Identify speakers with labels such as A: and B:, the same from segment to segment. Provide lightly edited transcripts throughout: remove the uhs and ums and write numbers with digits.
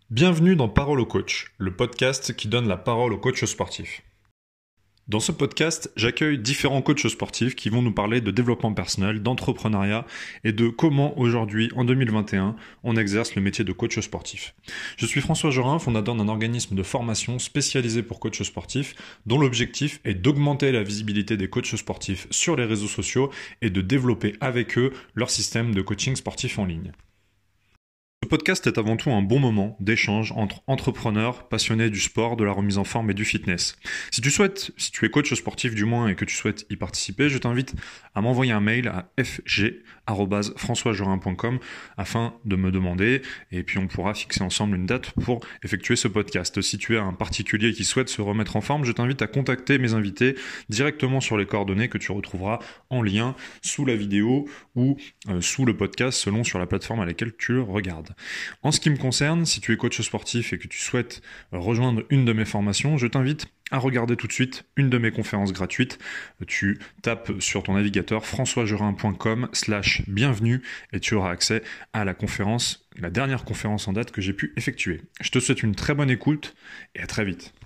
A: Bienvenue dans Parole au coach, le podcast qui donne la parole aux coachs sportifs. Dans ce podcast, j'accueille différents coachs sportifs qui vont nous parler de développement personnel, d'entrepreneuriat et de comment aujourd'hui, en 2021, on exerce le métier de coach sportif. Je suis François Jorin, fondateur d'un organisme de formation spécialisé pour coachs sportifs, dont l'objectif est d'augmenter la visibilité des coachs sportifs sur les réseaux sociaux et de développer avec eux leur système de coaching sportif en ligne. Ce podcast est avant tout un bon moment d'échange entre entrepreneurs passionnés du sport, de la remise en forme et du fitness. Si tu es coach sportif du moins et que tu souhaites y participer, je t'invite à m'envoyer un mail à fg@françoisjorin.com afin de me demander et puis on pourra fixer ensemble une date pour effectuer ce podcast. Si tu es un particulier qui souhaite se remettre en forme, je t'invite à contacter mes invités directement sur les coordonnées que tu retrouveras en lien sous la vidéo ou sous le podcast selon sur la plateforme à laquelle tu le regardes. En ce qui me concerne, si tu es coach sportif et que tu souhaites rejoindre une de mes formations, je t'invite à regarder tout de suite une de mes conférences gratuites. Tu tapes sur ton navigateur françoisgerin.com/bienvenue et tu auras accès à la conférence, la dernière conférence en date que j'ai pu effectuer. Je te souhaite une très bonne écoute et à très vite.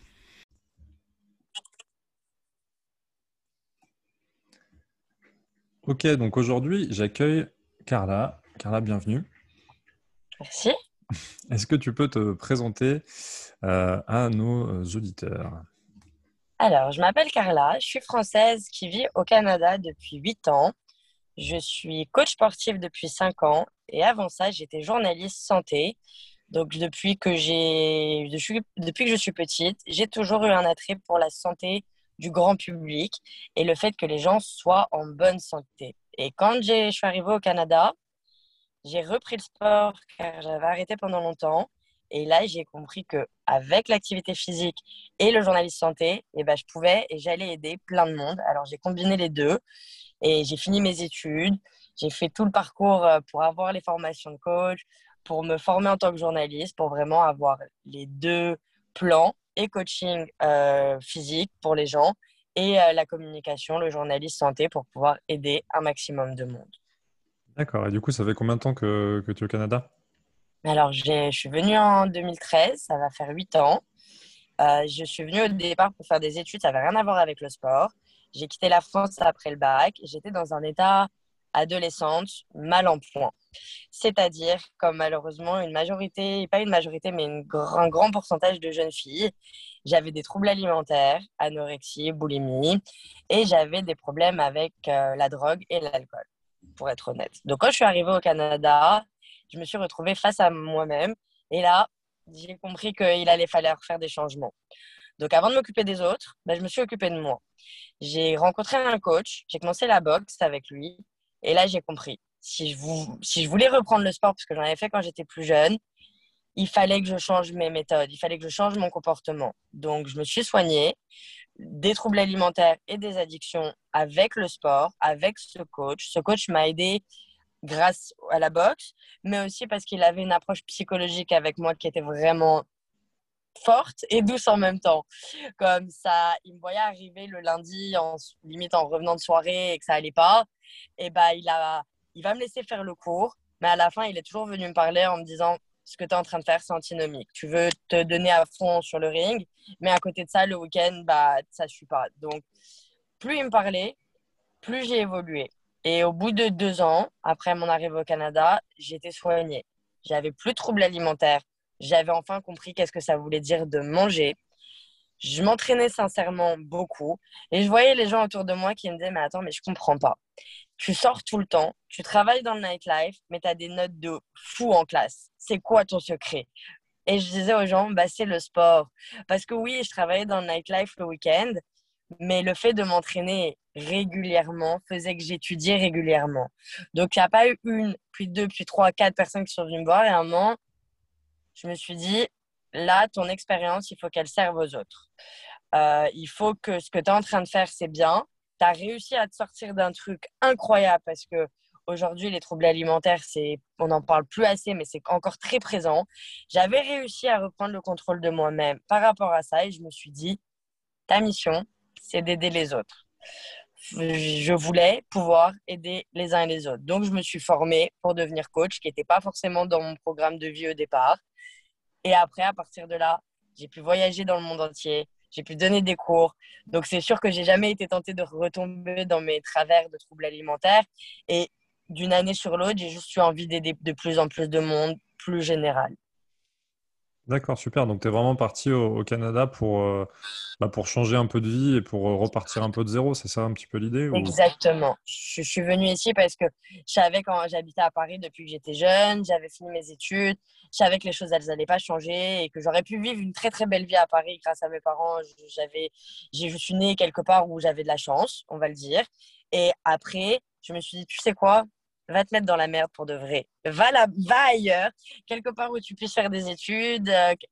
A: Ok, donc aujourd'hui, j'accueille Carla. Carla, bienvenue.
B: Merci.
A: Est-ce que tu peux te présenter à nos auditeurs?
B: Alors, je m'appelle Carla, je suis française qui vit au Canada depuis 8 ans. Je suis coach sportif depuis 5 ans et avant ça, j'étais journaliste santé. Donc, depuis que je suis petite, j'ai toujours eu un attrait pour la santé du grand public et le fait que les gens soient en bonne santé. Et quand je suis arrivée au Canada, j'ai repris le sport car j'avais arrêté pendant longtemps. Et là, j'ai compris que avec l'activité physique et le journaliste santé, eh ben, je pouvais et j'allais aider plein de monde. Alors, j'ai combiné les deux et j'ai fini mes études. J'ai fait tout le parcours pour avoir les formations de coach, pour me former en tant que journaliste, pour vraiment avoir les deux plans et coaching physique pour les gens et la communication, le journaliste santé pour pouvoir aider un maximum de monde.
A: D'accord. Et du coup, ça fait combien de temps que tu es au Canada?
B: Alors, je suis venue en 2013, ça va faire 8 ans. Je suis venue au départ pour faire des études, ça n'avait rien à voir avec le sport. J'ai quitté la France après le bac. J'étais dans un état adolescente mal en point. C'est-à-dire, comme malheureusement une majorité, pas une majorité, mais un grand pourcentage de jeunes filles, j'avais des troubles alimentaires, anorexie, boulimie, et j'avais des problèmes avec la drogue et l'alcool, pour être honnête. Donc, quand je suis arrivée au Canada, je me suis retrouvée face à moi-même. Et là, j'ai compris qu'il allait falloir faire des changements. Donc, avant de m'occuper des autres, ben, je me suis occupée de moi. J'ai rencontré un coach, j'ai commencé la boxe avec lui. Et là, j'ai compris. Si je voulais reprendre le sport, parce que j'en avais fait quand j'étais plus jeune, il fallait que je change mes méthodes, il fallait que je change mon comportement. Donc, je me suis soignée des troubles alimentaires et des addictions avec le sport, avec ce coach. Ce coach m'a aidé grâce à la boxe, mais aussi parce qu'il avait une approche psychologique avec moi qui était vraiment forte et douce en même temps. Comme ça, il me voyait arriver le lundi, limite en revenant de soirée et que ça allait pas, et ben il va me laisser faire le cours, mais à la fin, il est toujours venu me parler en me disant ce que tu es en train de faire, c'est antinomique. Tu veux te donner à fond sur le ring, mais à côté de ça, le week-end, bah, ça ne suit pas. Donc, plus il me parlait, plus j'ai évolué. Et au bout de 2 ans, après mon arrivée au Canada, j'étais soignée. J'avais plus de troubles alimentaires. J'avais enfin compris qu'est-ce que ça voulait dire de manger. Je m'entraînais sincèrement beaucoup. Et je voyais les gens autour de moi qui me disaient, mais attends, mais je comprends pas. Tu sors tout le temps, tu travailles dans le nightlife, mais tu as des notes de fou en classe. C'est quoi ton secret? Et je disais aux gens, bah, c'est le sport. Parce que oui, je travaillais dans le nightlife le week-end, mais le fait de m'entraîner régulièrement faisait que j'étudiais régulièrement. Donc, il n'y a pas eu une, puis deux, puis trois, quatre personnes qui sont venues me voir. Et à un moment, je me suis dit, là, ton expérience, il faut qu'elle serve aux autres. Il faut que ce que tu es en train de faire, c'est bien. Tu as réussi à te sortir d'un truc incroyable parce que aujourd'hui, les troubles alimentaires, on n'en parle plus assez, mais c'est encore très présent. J'avais réussi à reprendre le contrôle de moi-même par rapport à ça et je me suis dit, ta mission, c'est d'aider les autres. Je voulais pouvoir aider les uns et les autres. Donc, je me suis formée pour devenir coach, qui n'était pas forcément dans mon programme de vie au départ. Et après, à partir de là, j'ai pu voyager dans le monde entier, j'ai pu donner des cours. Donc, c'est sûr que j'ai jamais été tentée de retomber dans mes travers de troubles alimentaires. Et d'une année sur l'autre, j'ai juste eu envie d'aider de plus en plus de monde, plus général.
A: D'accord, super. Donc, tu es vraiment parti au Canada pour changer un peu de vie et pour repartir un peu de zéro. C'est ça un petit peu l'idée ou...
B: Exactement. Je suis venue ici parce que je savais quand j'habitais à Paris depuis que j'étais jeune, j'avais fini mes études, je savais que les choses elles n'allaient pas changer et que j'aurais pu vivre une très très belle vie à Paris grâce à mes parents. Je suis née quelque part où j'avais de la chance, on va le dire. Et après, je me suis dit, tu sais quoi? Va te mettre dans la merde pour de vrai. Va ailleurs, quelque part où tu puisses faire des études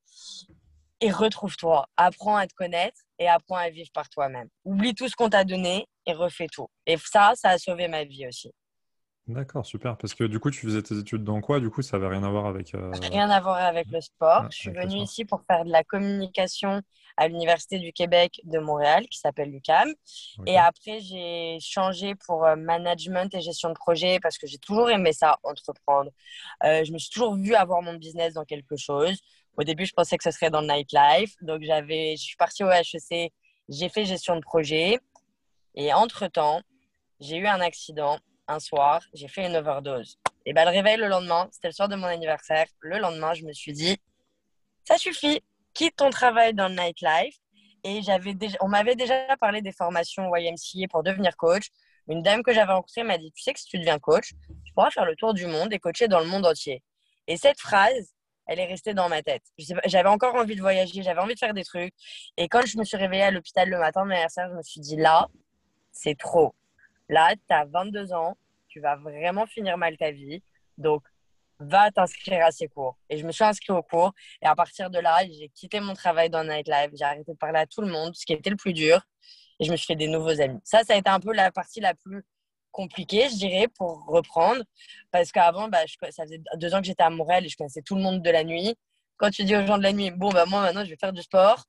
B: et retrouve-toi. Apprends à te connaître et apprends à vivre par toi-même. Oublie tout ce qu'on t'a donné et refais tout. Et ça a sauvé ma vie aussi.
A: D'accord, super. Parce que du coup, tu faisais tes études dans quoi? Du coup, ça avait rien à voir avec,
B: Rien à voir avec le sport.
A: ouais,
B: Je suis
A: avec le
B: venue
A: sport.
B: ici pour faire de la communication à l'Université du Québec de Montréal, qui s'appelle l'UQAM. Et
A: Ok.
B: après, j'ai changé pour management et gestion de projet parce que j'ai toujours aimé ça, entreprendre. Je me suis toujours vue avoir mon business dans quelque chose. Au début, je pensais que ce serait dans le nightlife. Donc, je suis partie au HEC, j'ai fait gestion de projet. Et entre-temps, j'ai eu un accident un soir, j'ai fait une overdose. Et ben, le réveil le lendemain, c'était le soir de mon anniversaire. Le lendemain, je me suis dit, ça suffit, quitte ton travail dans le nightlife. Et on m'avait déjà parlé des formations YMCA pour devenir coach. Une dame que j'avais rencontrée m'a dit, tu sais que si tu deviens coach, tu pourras faire le tour du monde et coacher dans le monde entier. Et cette phrase, elle est restée dans ma tête. J'avais encore envie de voyager, j'avais envie de faire des trucs. Et quand je me suis réveillée à l'hôpital le matin de mon anniversaire, je me suis dit, là, c'est trop. Là, tu as 22 ans, tu vas vraiment finir mal ta vie. Donc, va t'inscrire à ces cours. Et je me suis inscrite aux cours. Et à partir de là, j'ai quitté mon travail dans le nightlife. J'ai arrêté de parler à tout le monde, ce qui était le plus dur. Et je me suis fait des nouveaux amis. Ça a été un peu la partie la plus compliquée, je dirais, pour reprendre. Parce qu'avant, ça faisait 2 ans que j'étais à Montréal et je connaissais tout le monde de la nuit. Quand tu dis aux gens de la nuit, bon, bah, moi, maintenant, je vais faire du sport,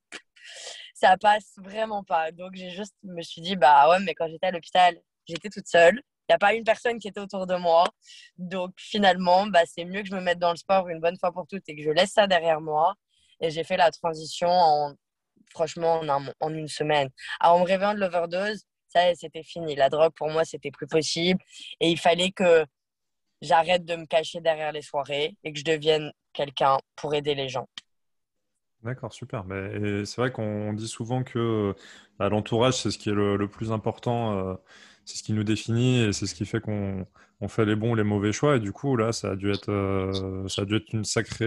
B: ça passe vraiment pas. Donc, me suis dit, bah ouais, mais quand j'étais à l'hôpital, j'étais toute seule. Il n'y a pas une personne qui était autour de moi. Donc, finalement, bah, c'est mieux que je me mette dans le sport une bonne fois pour toutes et que je laisse ça derrière moi. Et j'ai fait la transition franchement, en une semaine. Alors, en me réveillant de l'overdose, ça, c'était fini. La drogue, pour moi, c'était plus possible. Et il fallait que j'arrête de me cacher derrière les soirées et que je devienne quelqu'un pour aider les gens.
A: D'accord, super. Et c'est vrai qu'on dit souvent que bah, l'entourage, c'est ce qui est le plus important, c'est ce qui nous définit et c'est ce qui fait qu'on fait les bons ou les mauvais choix. Et du coup, là, ça a dû être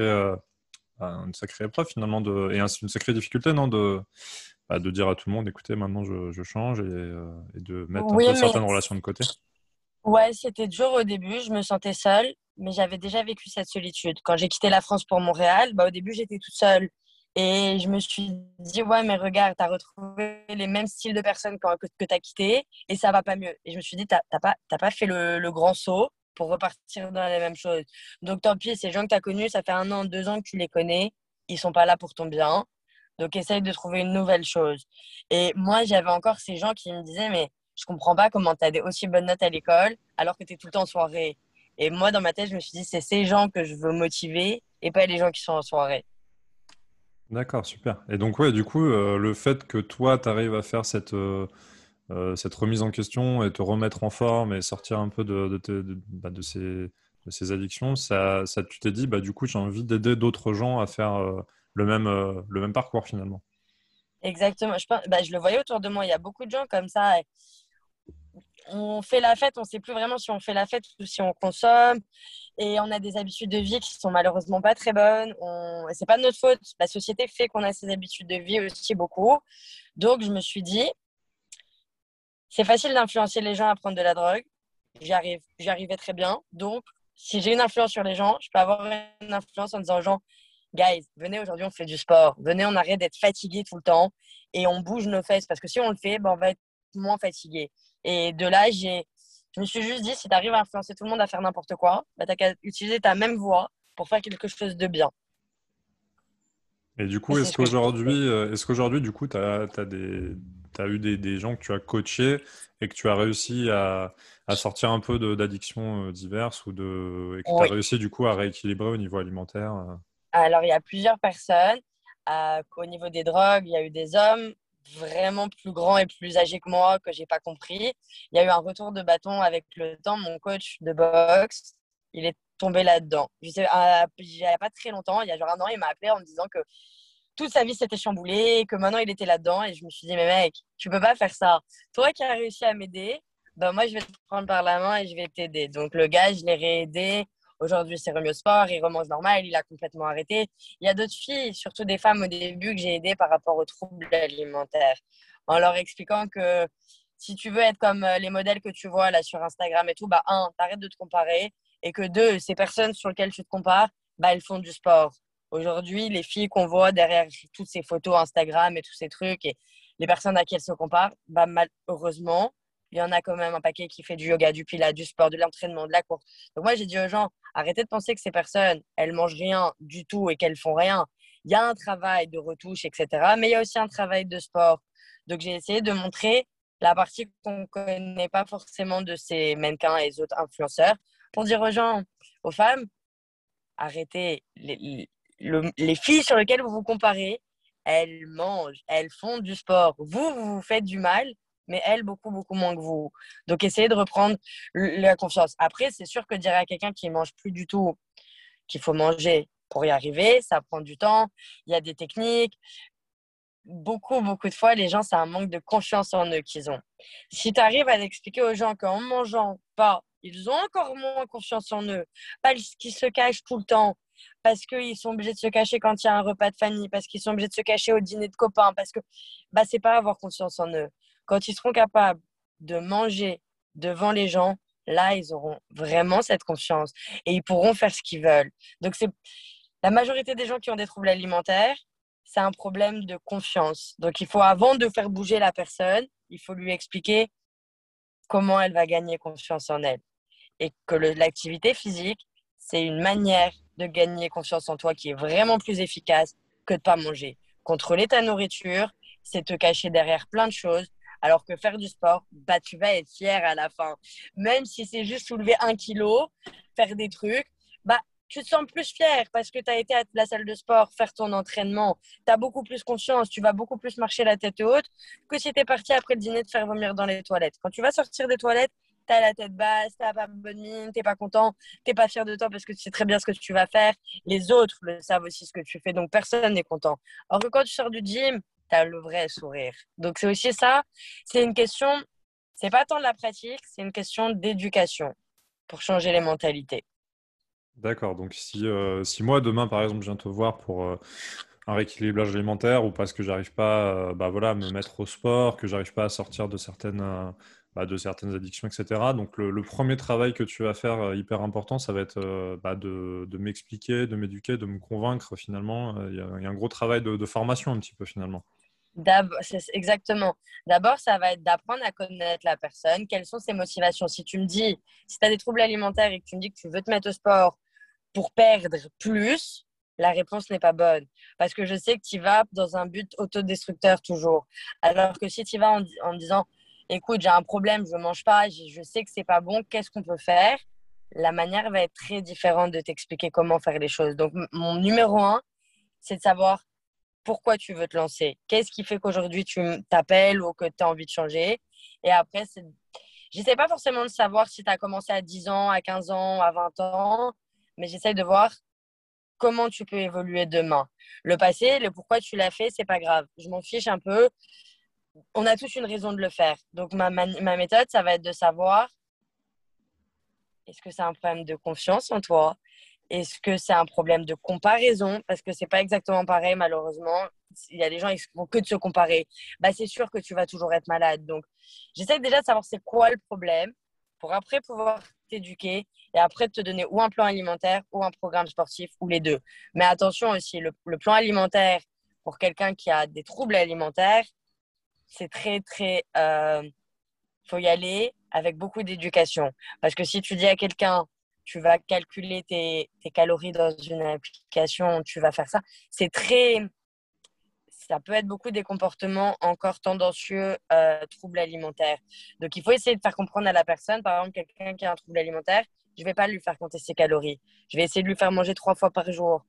A: une sacrée épreuve finalement, une sacrée difficulté, non, de dire à tout le monde, écoutez, maintenant je change et de mettre un
B: Oui,
A: peu
B: mais
A: certaines relations de côté.
B: ouais, c'était dur au début, je me sentais seule, mais j'avais déjà vécu cette solitude. Quand j'ai quitté la France pour Montréal, bah, au début, j'étais toute seule. Et je me suis dit, ouais, mais regarde, tu as retrouvé les mêmes styles de personnes que tu as quitté et ça va pas mieux. Et je me suis dit, t'as pas fait le grand saut pour repartir dans les mêmes choses. Donc, tant pis, ces gens que tu as connus, ça fait 1 an, 2 ans que tu les connais, ils sont pas là pour ton bien. Donc, essaye de trouver une nouvelle chose. Et moi, j'avais encore ces gens qui me disaient, mais je comprends pas comment tu as des aussi bonnes notes à l'école alors que tu es tout le temps en soirée. Et moi, dans ma tête, je me suis dit, c'est ces gens que je veux motiver et pas les gens qui sont en soirée.
A: D'accord, super. Et donc, ouais, du coup, le fait que toi, tu arrives à faire cette remise en question et te remettre en forme et sortir un peu de ces addictions, tu t'es dit, bah, du coup, j'ai envie d'aider d'autres gens à faire le même parcours finalement.
B: Exactement. Je le voyais autour de moi. Il y a beaucoup de gens comme ça. On fait la fête, on ne sait plus vraiment si on fait la fête ou si on consomme. Et on a des habitudes de vie qui sont malheureusement pas très bonnes. C'est pas de notre faute. La société fait qu'on a ces habitudes de vie aussi beaucoup. Donc, je me suis dit, c'est facile d'influencer les gens à prendre de la drogue. J'y arrivais très bien. Donc, si j'ai une influence sur les gens, je peux avoir une influence en disant aux gens, guys, venez aujourd'hui, on fait du sport. Venez, on arrête d'être fatigué tout le temps et on bouge nos fesses. Parce que si on le fait, ben, on va être moins fatigué. Et de là, je me suis juste dit, si tu arrives à influencer tout le monde à faire n'importe quoi, bah, tu as qu'à utiliser ta même voix pour faire quelque chose de bien.
A: Et du
B: Et
A: coup,
B: c'est ce que j'ai fait.
A: est-ce qu'aujourd'hui, du coup, t'as eu des gens que tu as coachés et que tu as réussi à sortir un peu d'addictions diverses et que tu as
B: Oui.
A: réussi, du coup, à rééquilibrer au niveau alimentaire?
B: Alors, il y a plusieurs personnes. Au niveau des drogues, il y a eu des hommes vraiment plus grands et plus âgés que moi que j'ai pas compris. Il y a eu un retour de bâton avec le temps. Mon coach de boxe, il est tombé là-dedans. Je sais, il y a pas très longtemps, il y a genre un an, il m'a appelé en me disant que toute sa vie s'était chamboulée et que maintenant il était là-dedans. Et je me suis dit, mais mec, tu peux pas faire ça. Toi qui as réussi à m'aider, ben moi je vais te prendre par la main et je vais t'aider. Donc le gars, je l'ai réaidé. Aujourd'hui, c'est remis au sport, il remange normal, il a complètement arrêté. Il y a d'autres filles, surtout des femmes au début, que j'ai aidées par rapport aux troubles alimentaires, en leur expliquant que si tu veux être comme les modèles que tu vois là sur Instagram et tout, bah un, t'arrêtes de te comparer et que deux, ces personnes sur lesquelles tu te compares, bah elles font du sport. Aujourd'hui, les filles qu'on voit derrière toutes ces photos Instagram et tous ces trucs et les personnes à qui elles se comparent, bah malheureusement, il y en a quand même un paquet qui fait du yoga, du pilates, du sport, de l'entraînement, de la course. Donc moi, j'ai dit aux gens, arrêtez de penser que ces personnes, elles mangent rien du tout et qu'elles font rien. Il y a un travail de retouche, etc. Mais il y a aussi un travail de sport. Donc j'ai essayé de montrer la partie qu'on ne connaît pas forcément de ces mannequins et les autres influenceurs pour dire aux gens, aux femmes, arrêtez. Les filles sur lesquelles vous vous comparez, elles mangent, elles font du sport. Vous vous faites du mal, mais elles, beaucoup, beaucoup moins que vous. Donc, essayez de reprendre la confiance. Après, c'est sûr que dire à quelqu'un qui ne mange plus du tout qu'il faut manger pour y arriver, ça prend du temps. Il y a des techniques. Beaucoup, beaucoup de fois, les gens, c'est un manque de confiance en eux qu'ils ont. Si tu arrives à expliquer aux gens qu'en mangeant pas, ils ont encore moins confiance en eux, parce qu'ils se cachent tout le temps, parce qu'ils sont obligés de se cacher quand il y a un repas de famille, parce qu'ils sont obligés de se cacher au dîner de copains, parce que bah, c'est pas avoir confiance en eux. Quand ils seront capables de manger devant les gens, là, ils auront vraiment cette confiance et ils pourront faire ce qu'ils veulent. Donc, c'est la majorité des gens qui ont des troubles alimentaires, c'est un problème de confiance. Donc, il faut, avant de faire bouger la personne, il faut lui expliquer comment elle va gagner confiance en elle. Et que l'activité physique, c'est une manière de gagner confiance en toi qui est vraiment plus efficace que de ne pas manger. Contrôler ta nourriture, c'est te cacher derrière plein de choses. Alors que faire du sport, bah, tu vas être fier à la fin. Même si c'est juste soulever 1 kilo, faire des trucs, bah, tu te sens plus fier parce que tu as été à la salle de sport, faire ton entraînement. Tu as beaucoup plus confiance, tu vas beaucoup plus marcher la tête haute que si tu es parti après le dîner te faire vomir dans les toilettes. Quand tu vas sortir des toilettes, t'as la tête basse, t'as pas bonne mine, t'es pas content, t'es pas fier de toi parce que tu sais très bien ce que tu vas faire. Les autres le savent aussi ce que tu fais, donc personne n'est content. Alors que quand tu sors du gym, t'as le vrai sourire. Donc c'est aussi ça, c'est une question, c'est pas tant de la pratique, c'est une question d'éducation pour changer les mentalités.
A: D'accord, donc si moi demain par exemple je viens te voir pour un rééquilibrage alimentaire ou parce que j'arrive pas bah, voilà, à me mettre au sport, que j'arrive pas à sortir de certaines addictions, etc. Donc le premier travail que tu vas faire hyper important, ça va être bah, de m'expliquer, de m'éduquer, de me convaincre finalement. Il y a un gros travail de formation un petit peu finalement.
B: Exactement. D'abord, ça va être d'apprendre à connaître la personne, quelles sont ses motivations. Si tu me dis, si tu as des troubles alimentaires et que tu me dis que tu veux te mettre au sport pour perdre plus, la réponse n'est pas bonne. Parce que je sais que tu vas dans un but autodestructeur toujours. Alors que si tu vas en me disant, écoute, j'ai un problème, je ne mange pas, je sais que c'est pas bon, qu'est-ce qu'on peut faire? La manière va être très différente de t'expliquer comment faire les choses. Donc, mon numéro un, c'est de savoir pourquoi tu veux te lancer. Qu'est-ce qui fait qu'aujourd'hui tu t'appelles ou que tu as envie de changer? Et après, j'essaie pas forcément de savoir si tu as commencé à 10 ans, à 15 ans, à 20 ans, mais j'essaie de voir comment tu peux évoluer demain. Le passé, le pourquoi tu l'as fait, c'est pas grave. Je m'en fiche un peu. On a tous une raison de le faire. Donc, ma méthode, ça va être de savoir est-ce que c'est un problème de confiance en toi? Est-ce que c'est un problème de comparaison? Parce que c'est pas exactement pareil, malheureusement. Il y a des gens qui font que de se comparer. Bah, c'est sûr que tu vas toujours être malade. Donc, j'essaie déjà de savoir c'est quoi le problème pour après pouvoir t'éduquer et après te donner ou un plan alimentaire ou un programme sportif ou les deux. Mais attention aussi, le plan alimentaire pour quelqu'un qui a des troubles alimentaires, c'est très, très faut y aller avec beaucoup d'éducation. Parce que si tu dis à quelqu'un, tu vas calculer tes calories dans une application, tu vas faire ça, c'est très. Ça peut être beaucoup des comportements encore tendancieux, troubles alimentaires. Donc, il faut essayer de faire comprendre à la personne, par exemple, quelqu'un qui a un trouble alimentaire, je ne vais pas lui faire compter ses calories. Je vais essayer de lui faire manger 3 fois par jour.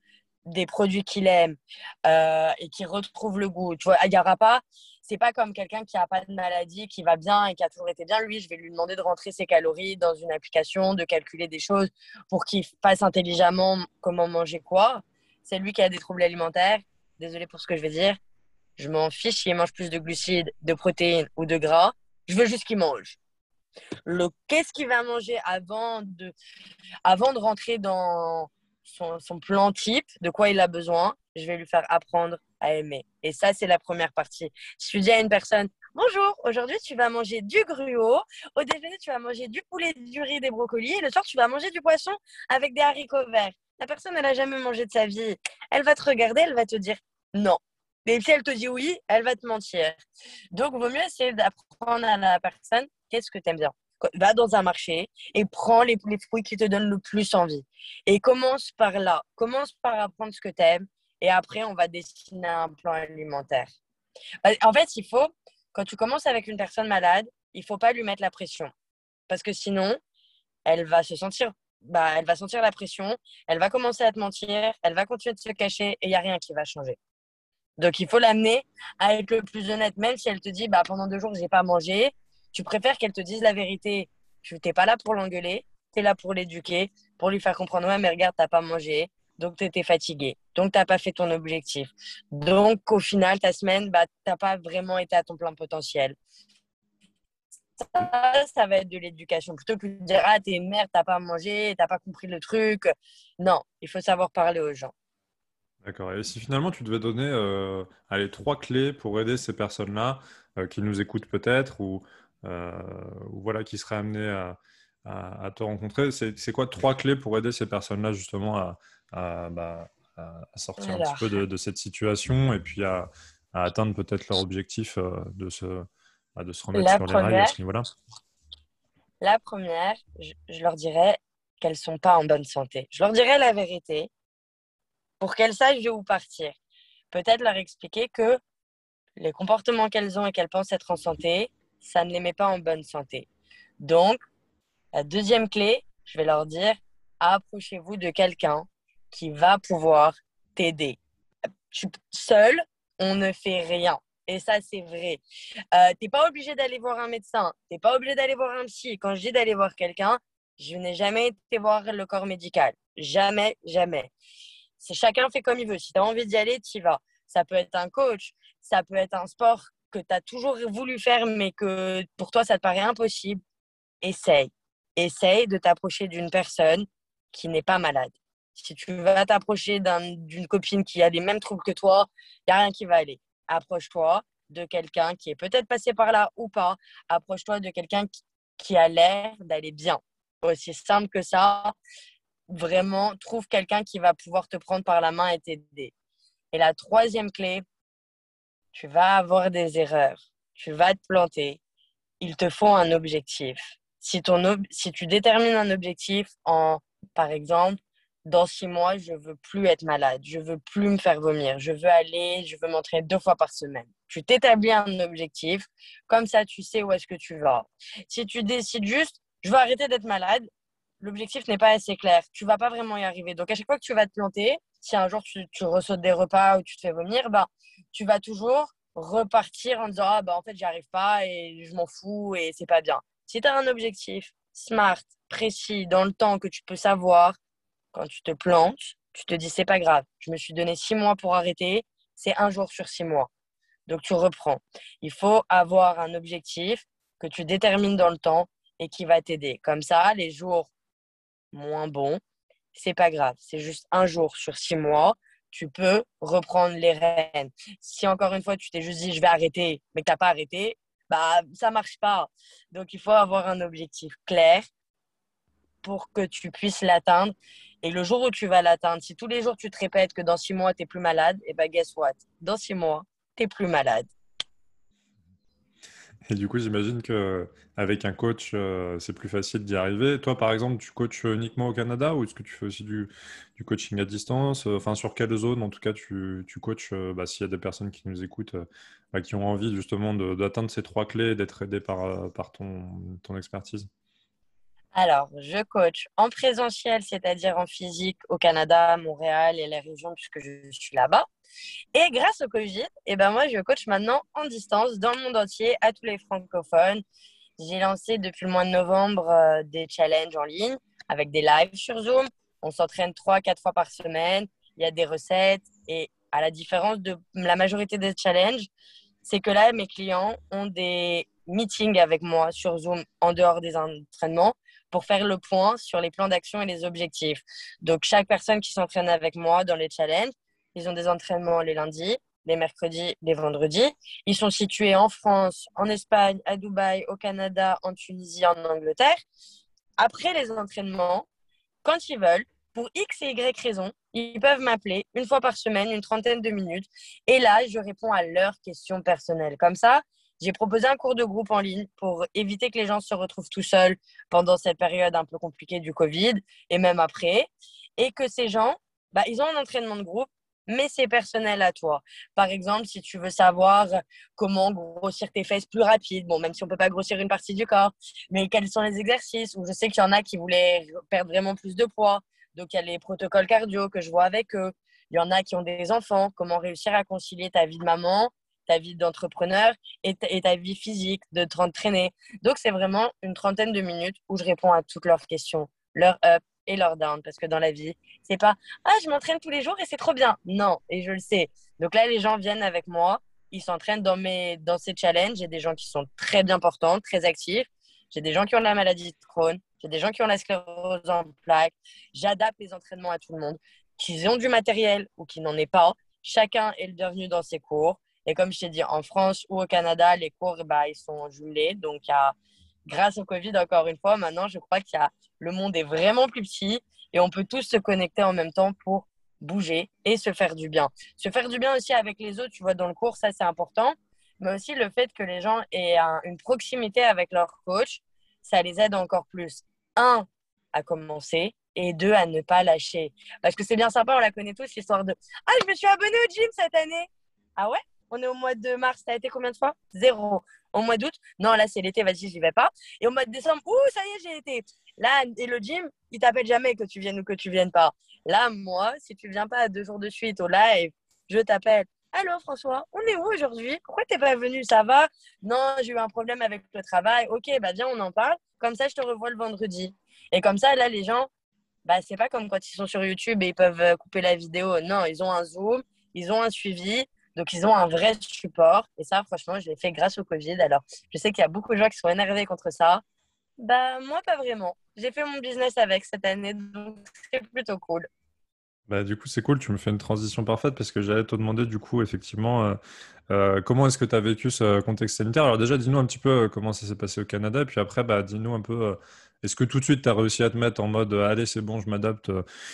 B: des produits qu'il aime et qu'il retrouve le goût. Tu vois, il y aura pas, c'est pas comme quelqu'un qui a pas de maladie, qui va bien et qui a toujours été bien. Lui, je vais lui demander de rentrer ses calories dans une application, de calculer des choses pour qu'il fasse intelligemment comment manger quoi. C'est lui qui a des troubles alimentaires. Désolée pour ce que je vais dire. Je m'en fiche s'il mange plus de glucides, de protéines ou de gras. Je veux juste qu'il mange. Qu'est-ce qu'il va manger avant de rentrer dans son plan type, de quoi il a besoin, je vais lui faire apprendre à aimer. Et ça, c'est la première partie. Si tu dis à une personne, bonjour, aujourd'hui tu vas manger du gruau, au déjeuner tu vas manger du poulet, du riz, des brocolis, et le soir tu vas manger du poisson avec des haricots verts. La personne, elle n'a jamais mangé de sa vie. Elle va te regarder, elle va te dire non. Et si elle te dit oui, elle va te mentir. Donc, il vaut mieux essayer d'apprendre à la personne qu'est-ce que tu aimes bien. Va dans un marché et prends les fruits qui te donnent le plus envie. Et commence par là. Commence par apprendre ce que tu aimes. Et après, on va dessiner un plan alimentaire. En fait, quand tu commences avec une personne malade, il ne faut pas lui mettre la pression. Parce que sinon, elle va se sentir, elle va sentir la pression, elle va commencer à te mentir, elle va continuer de se cacher et il n'y a rien qui va changer. Donc, il faut l'amener à être le plus honnête, même si elle te dit, pendant 2 jours, j'ai pas mangé. Tu préfères qu'elle te dise la vérité. Tu n'es pas là pour l'engueuler, tu es là pour l'éduquer, pour lui faire comprendre, ouais, mais regarde, t'as pas mangé, donc tu étais fatigué, donc t'as pas fait ton objectif. Donc, au final, ta semaine, t'as pas vraiment été à ton plein potentiel. Ça va être de l'éducation. Plutôt que de dire, ah, t'es une merde, t'as pas mangé, t'as pas compris le truc. Non, il faut savoir parler aux gens.
A: D'accord. Et si finalement tu devais donner allez, trois clés pour aider ces personnes-là qui nous écoutent peut-être ou voilà, qui seraient amenées à te rencontrer, c'est quoi trois clés pour aider ces personnes-là justement à sortir un petit peu
B: Alors,
A: de cette situation et puis à atteindre peut-être leur objectif de se remettre
B: la
A: sur les rails à
B: première,
A: ce niveau-là?
B: La première, je leur dirais qu'elles sont pas en bonne santé. Je leur dirais la vérité pour qu'elles sachent de où partir. Peut-être leur expliquer que les comportements qu'elles ont et qu'elles pensent être en santé, ça ne les met pas en bonne santé. Donc, la deuxième clé, je vais leur dire, approchez-vous de quelqu'un qui va pouvoir t'aider. Seul, on ne fait rien. Et ça, c'est vrai. T'es pas obligé d'aller voir un médecin. T'es pas obligé d'aller voir un psy. Quand je dis d'aller voir quelqu'un, je n'ai jamais été voir le corps médical. Jamais, jamais. C'est chacun fait comme il veut. Si tu as envie d'y aller, tu y vas. Ça peut être un coach, ça peut être un sport que tu as toujours voulu faire, mais que pour toi, ça te paraît impossible. Essaye. Essaye de t'approcher d'une personne qui n'est pas malade. Si tu vas t'approcher d'une copine qui a les mêmes troubles que toi, il n'y a rien qui va aller. Approche-toi de quelqu'un qui est peut-être passé par là ou pas. Approche-toi de quelqu'un qui a l'air d'aller bien. Aussi simple que ça. Vraiment, trouve quelqu'un qui va pouvoir te prendre par la main et t'aider. Et la troisième clé, tu vas avoir des erreurs. Tu vas te planter. Il te faut un objectif. Si tu détermines un objectif par exemple, dans 6 mois, je veux plus être malade, je veux plus me faire vomir, je veux m'entraîner 2 fois par semaine. Tu t'établis un objectif, comme ça tu sais où est-ce que tu vas. Si tu décides juste, je veux arrêter d'être malade, l'objectif n'est pas assez clair, tu vas pas vraiment y arriver. Donc à chaque fois que tu vas te planter, si un jour tu ressautes des repas ou tu te fais vomir, tu vas toujours repartir en disant en fait j'y arrive pas et je m'en fous et c'est pas bien. Si tu as un objectif smart, précis, dans le temps que tu peux savoir, quand tu te plantes, tu te dis c'est pas grave, je me suis donné 6 mois pour arrêter, c'est un jour sur 6 mois. Donc tu reprends. Il faut avoir un objectif que tu détermines dans le temps et qui va t'aider. Comme ça, les jours moins bons, c'est pas grave. C'est juste un jour sur 6 mois, tu peux reprendre les rênes. Si encore une fois, tu t'es juste dit je vais arrêter, mais que tu n'as pas arrêté, ça marche pas. Donc il faut avoir un objectif clair pour que tu puisses l'atteindre. Et le jour où tu vas l'atteindre, si tous les jours tu te répètes que dans 6 mois, tu n'es plus malade, et guess what? Dans 6 mois, tu n'es plus malade.
A: Et du coup, j'imagine que avec un coach, c'est plus facile d'y arriver. Toi, par exemple, tu coaches uniquement au Canada ou est-ce que tu fais aussi du coaching à distance? Enfin, sur quelle zone, en tout cas, tu coaches s'il y a des personnes qui nous écoutent, qui ont envie justement d'atteindre ces trois clés et d'être aidées par ton expertise?
B: Alors, je coach en présentiel, c'est-à-dire en physique au Canada, Montréal et les régions puisque je suis là-bas. Et grâce au Covid, moi, je coach maintenant en distance dans le monde entier à tous les francophones. J'ai lancé depuis le mois de novembre des challenges en ligne avec des lives sur Zoom. On s'entraîne 3, 4 fois par semaine. Il y a des recettes. Et à la différence de la majorité des challenges, c'est que là, mes clients ont des meetings avec moi sur Zoom en dehors des entraînements pour faire le point sur les plans d'action et les objectifs. Donc, chaque personne qui s'entraîne avec moi dans les challenges, ils ont des entraînements les lundis, les mercredis, les vendredis. Ils sont situés en France, en Espagne, à Dubaï, au Canada, en Tunisie, en Angleterre. Après les entraînements, quand ils veulent, pour X et Y raisons, ils peuvent m'appeler une fois par semaine, une trentaine de minutes. Et là, je réponds à leurs questions personnelles. Comme ça, j'ai proposé un cours de groupe en ligne pour éviter que les gens se retrouvent tout seuls pendant cette période un peu compliquée du Covid et même après. Et que ces gens, ils ont un entraînement de groupe, mais c'est personnel à toi. Par exemple, si tu veux savoir comment grossir tes fesses plus rapide, bon, même si on ne peut pas grossir une partie du corps, mais quels sont les exercices, ou je sais qu'il y en a qui voulaient perdre vraiment plus de poids, donc il y a les protocoles cardio que je vois avec eux. Il y en a qui ont des enfants, comment réussir à concilier ta vie de maman, ta vie d'entrepreneur et ta vie physique, de t'entraîner. Donc c'est vraiment une trentaine de minutes où je réponds à toutes leurs questions, leurs up et leurs down, parce que dans la vie, c'est pas « Ah, je m'entraîne tous les jours et c'est trop bien !» Non, et je le sais. Donc là, les gens viennent avec moi, ils s'entraînent dans ces challenges. J'ai des gens qui sont très bien portants, très actifs. J'ai des gens qui ont la maladie de Crohn. J'ai des gens qui ont la sclérose en plaques. J'adapte les entraînements à tout le monde. Qu'ils ont du matériel ou qu'ils n'en aient pas, chacun est le bienvenu dans ses cours. Et comme je t'ai dit, en France ou au Canada, les cours, ils sont jumelés. Donc, grâce au Covid, encore une fois, maintenant, je crois le monde est vraiment plus petit et on peut tous se connecter en même temps pour bouger et se faire du bien. Se faire du bien aussi avec les autres, tu vois, dans le cours, ça, c'est important. Mais aussi le fait que les gens aient une proximité avec leur coach, ça les aide encore plus. Un, à commencer et deux, à ne pas lâcher. Parce que c'est bien sympa, on la connaît tous, l'histoire de « Ah, je me suis abonnée au gym cette année !» Ah ouais? On est au mois de mars, ça a été combien de fois? Zéro. Au mois d'août? Non, là, c'est l'été, vas-y, j'y vais pas. Et au mois de décembre, ouh, ça y est, j'ai été. Là, et le gym, il t'appelle jamais que tu viennes ou que tu viennes pas. Là, moi, si tu viens pas 2 jours de suite au live, je t'appelle. Allô, François, on est où aujourd'hui? Pourquoi t'es pas venu? Ça va? Non, j'ai eu un problème avec le travail. Ok, viens, on en parle. Comme ça, je te revois le vendredi. Et comme ça, là, les gens, c'est pas comme quand ils sont sur YouTube et ils peuvent couper la vidéo. Non, ils ont un Zoom, ils ont un suivi. Donc, ils ont un vrai support. Et ça, franchement, je l'ai fait grâce au Covid. Alors, je sais qu'il y a beaucoup de gens qui sont énervés contre ça. Moi, pas vraiment. J'ai fait mon business avec cette année, donc c'est plutôt cool.
A: Bah, du coup, c'est cool, tu me fais une transition parfaite parce que j'allais te demander, du coup, effectivement, comment est-ce que tu as vécu ce contexte sanitaire? Alors, déjà, dis-nous un petit peu comment ça s'est passé au Canada, et puis après, dis-nous un peu, est-ce que tout de suite, tu as réussi à te mettre en mode, allez, c'est bon, je m'adapte,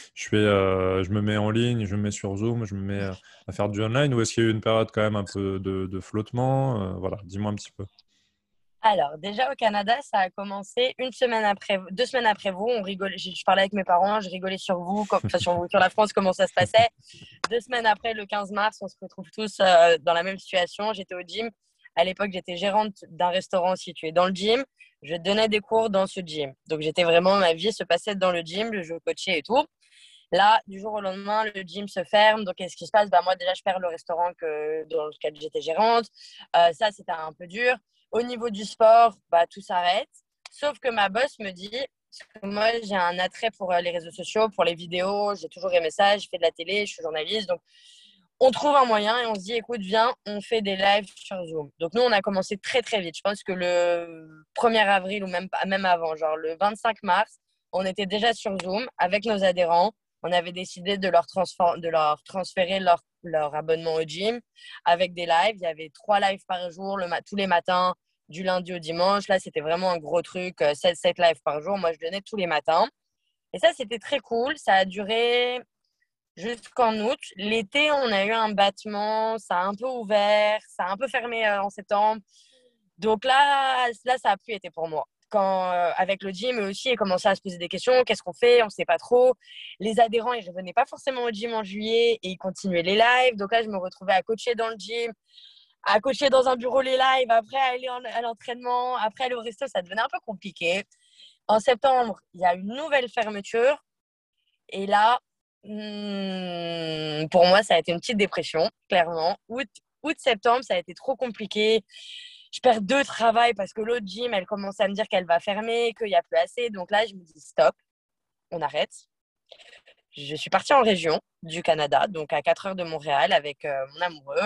A: je me mets en ligne, je me mets sur Zoom, je me mets à faire du online, ou est-ce qu'il y a eu une période quand même un peu de flottement? Voilà, dis-moi un petit peu.
B: Alors, déjà au Canada, ça a commencé 2 semaines après vous. On rigolait, je parlais avec mes parents, je rigolais sur vous, sur la France, comment ça se passait. 2 semaines après, le 15 mars, on se retrouve tous dans la même situation. J'étais au gym. À l'époque, j'étais gérante d'un restaurant situé dans le gym. Je donnais des cours dans ce gym. Donc, ma vie se passait dans le gym, je coachais et tout. Là, du jour au lendemain, le gym se ferme. Donc, qu'est-ce qui se passe? Moi, déjà, je perds le restaurant dans lequel j'étais gérante. Ça, c'était un peu dur. Au niveau du sport, tout s'arrête. Sauf que ma boss me dit, parce que moi, j'ai un attrait pour les réseaux sociaux, pour les vidéos. J'ai toujours aimé ça. Je fais de la télé, je suis journaliste. Donc, on trouve un moyen et on se dit, écoute, viens, on fait des lives sur Zoom. Donc, nous, on a commencé très, très vite. Je pense que le 1er avril ou même avant, genre le 25 mars, on était déjà sur Zoom avec nos adhérents. On avait décidé de leur transférer leur abonnement au gym avec des lives. Il y avait 3 lives par jour tous les matins, du lundi au dimanche. Là, c'était vraiment un gros truc, 7 lives par jour. Moi, je donnais tous les matins. Et ça, c'était très cool. Ça a duré jusqu'en août. L'été, on a eu un battement. Ça a un peu ouvert. Ça a un peu fermé en septembre. Donc là, ça a plus été pour moi. Quand, avec le gym, eux aussi, ils commençaient à se poser des questions. Qu'est-ce qu'on fait? On ne sait pas trop. Les adhérents, ils ne revenaient pas forcément au gym en juillet et ils continuaient les lives. Donc là, je me retrouvais à coacher dans le gym, à coacher dans un bureau les lives, après aller à l'entraînement, après aller au resto. Ça devenait un peu compliqué. En septembre, il y a une nouvelle fermeture. Et là, pour moi, ça a été une petite dépression, clairement. Septembre, ça a été trop compliqué. Je perds 2 travails parce que l'autre gym, elle commence à me dire qu'elle va fermer, qu'il n'y a plus assez. Donc là, je me dis stop, on arrête. Je suis partie en région du Canada, donc à 4 heures de Montréal avec mon amoureux.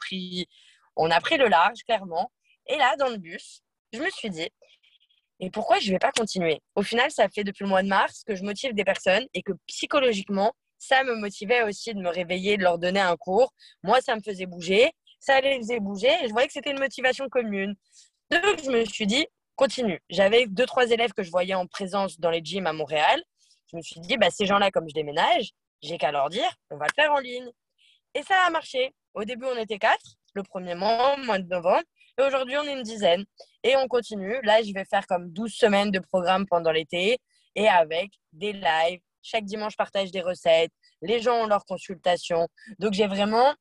B: On a pris le large, clairement. Et là, dans le bus, je me suis dit, et pourquoi je ne vais pas continuer? Au final, ça fait depuis le mois de mars que je motive des personnes et que psychologiquement, ça me motivait aussi de me réveiller, de leur donner un cours. Moi, ça me faisait bouger, ça les faisait bouger et je voyais que c'était une motivation commune. Donc, je me suis dit, continue. J'avais 2, 3 élèves que je voyais en présence dans les gyms à Montréal. Je me suis dit, bah, ces gens-là, comme je déménage, j'ai qu'à leur dire, on va le faire en ligne. Et ça a marché. Au début, on était 4, le premier mois de novembre. Et aujourd'hui, on est une dizaine. Et on continue. Là, je vais faire comme 12 semaines de programme pendant l'été et avec des lives. Chaque dimanche, je partage des recettes. Les gens ont leurs consultations. Donc, j'ai vraiment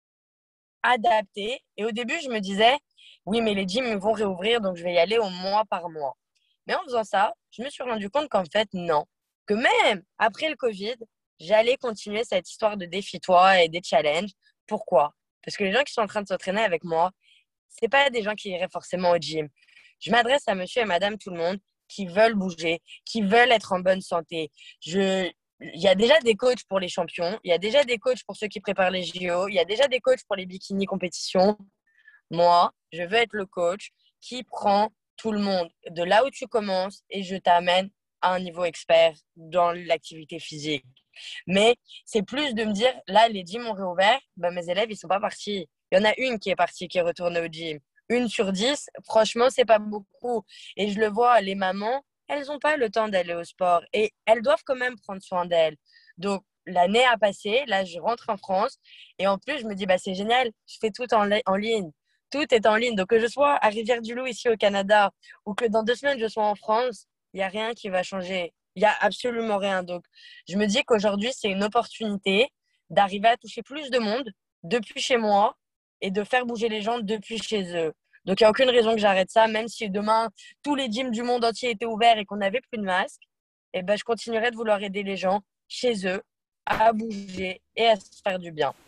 B: adapté. Et au début, je me disais, oui, mais les gyms vont réouvrir, donc je vais y aller au mois par mois. Mais en faisant ça, je me suis rendu compte qu'en fait, non. Que même après le Covid, j'allais continuer cette histoire de défie-toi et des challenges. Pourquoi? Parce que les gens qui sont en train de s'entraîner avec moi, c'est pas des gens qui iraient forcément au gym. Je m'adresse à monsieur et madame tout le monde qui veulent bouger, qui veulent être en bonne santé. Il y a déjà des coachs pour les champions, il y a déjà des coachs pour ceux qui préparent les JO, il y a déjà des coachs pour les bikini compétitions. Moi, je veux être le coach qui prend tout le monde de là où tu commences et je t'amène à un niveau expert dans l'activité physique. Mais c'est plus de me dire, là, les gyms ont réouvert, ben, mes élèves, ils sont pas partis. Il y en a une qui est partie, qui est retournée au gym. 1 sur 10, franchement, c'est pas beaucoup. Et je le vois, les mamans, elles n'ont pas le temps d'aller au sport et elles doivent quand même prendre soin d'elles. Donc, l'année a passé, là, je rentre en France et en plus, je me dis, bah, c'est génial, je fais tout en ligne. Tout est en ligne. Donc, que je sois à Rivière-du-Loup, ici au Canada, ou que dans 2 semaines, je sois en France, il n'y a rien qui va changer. Il n'y a absolument rien. Donc, je me dis qu'aujourd'hui, c'est une opportunité d'arriver à toucher plus de monde depuis chez moi et de faire bouger les gens depuis chez eux. Donc, il n'y a aucune raison que j'arrête ça, même si demain, tous les gyms du monde entier étaient ouverts et qu'on n'avait plus de masques, eh ben, je continuerai de vouloir aider les gens chez eux à bouger et à se faire du bien.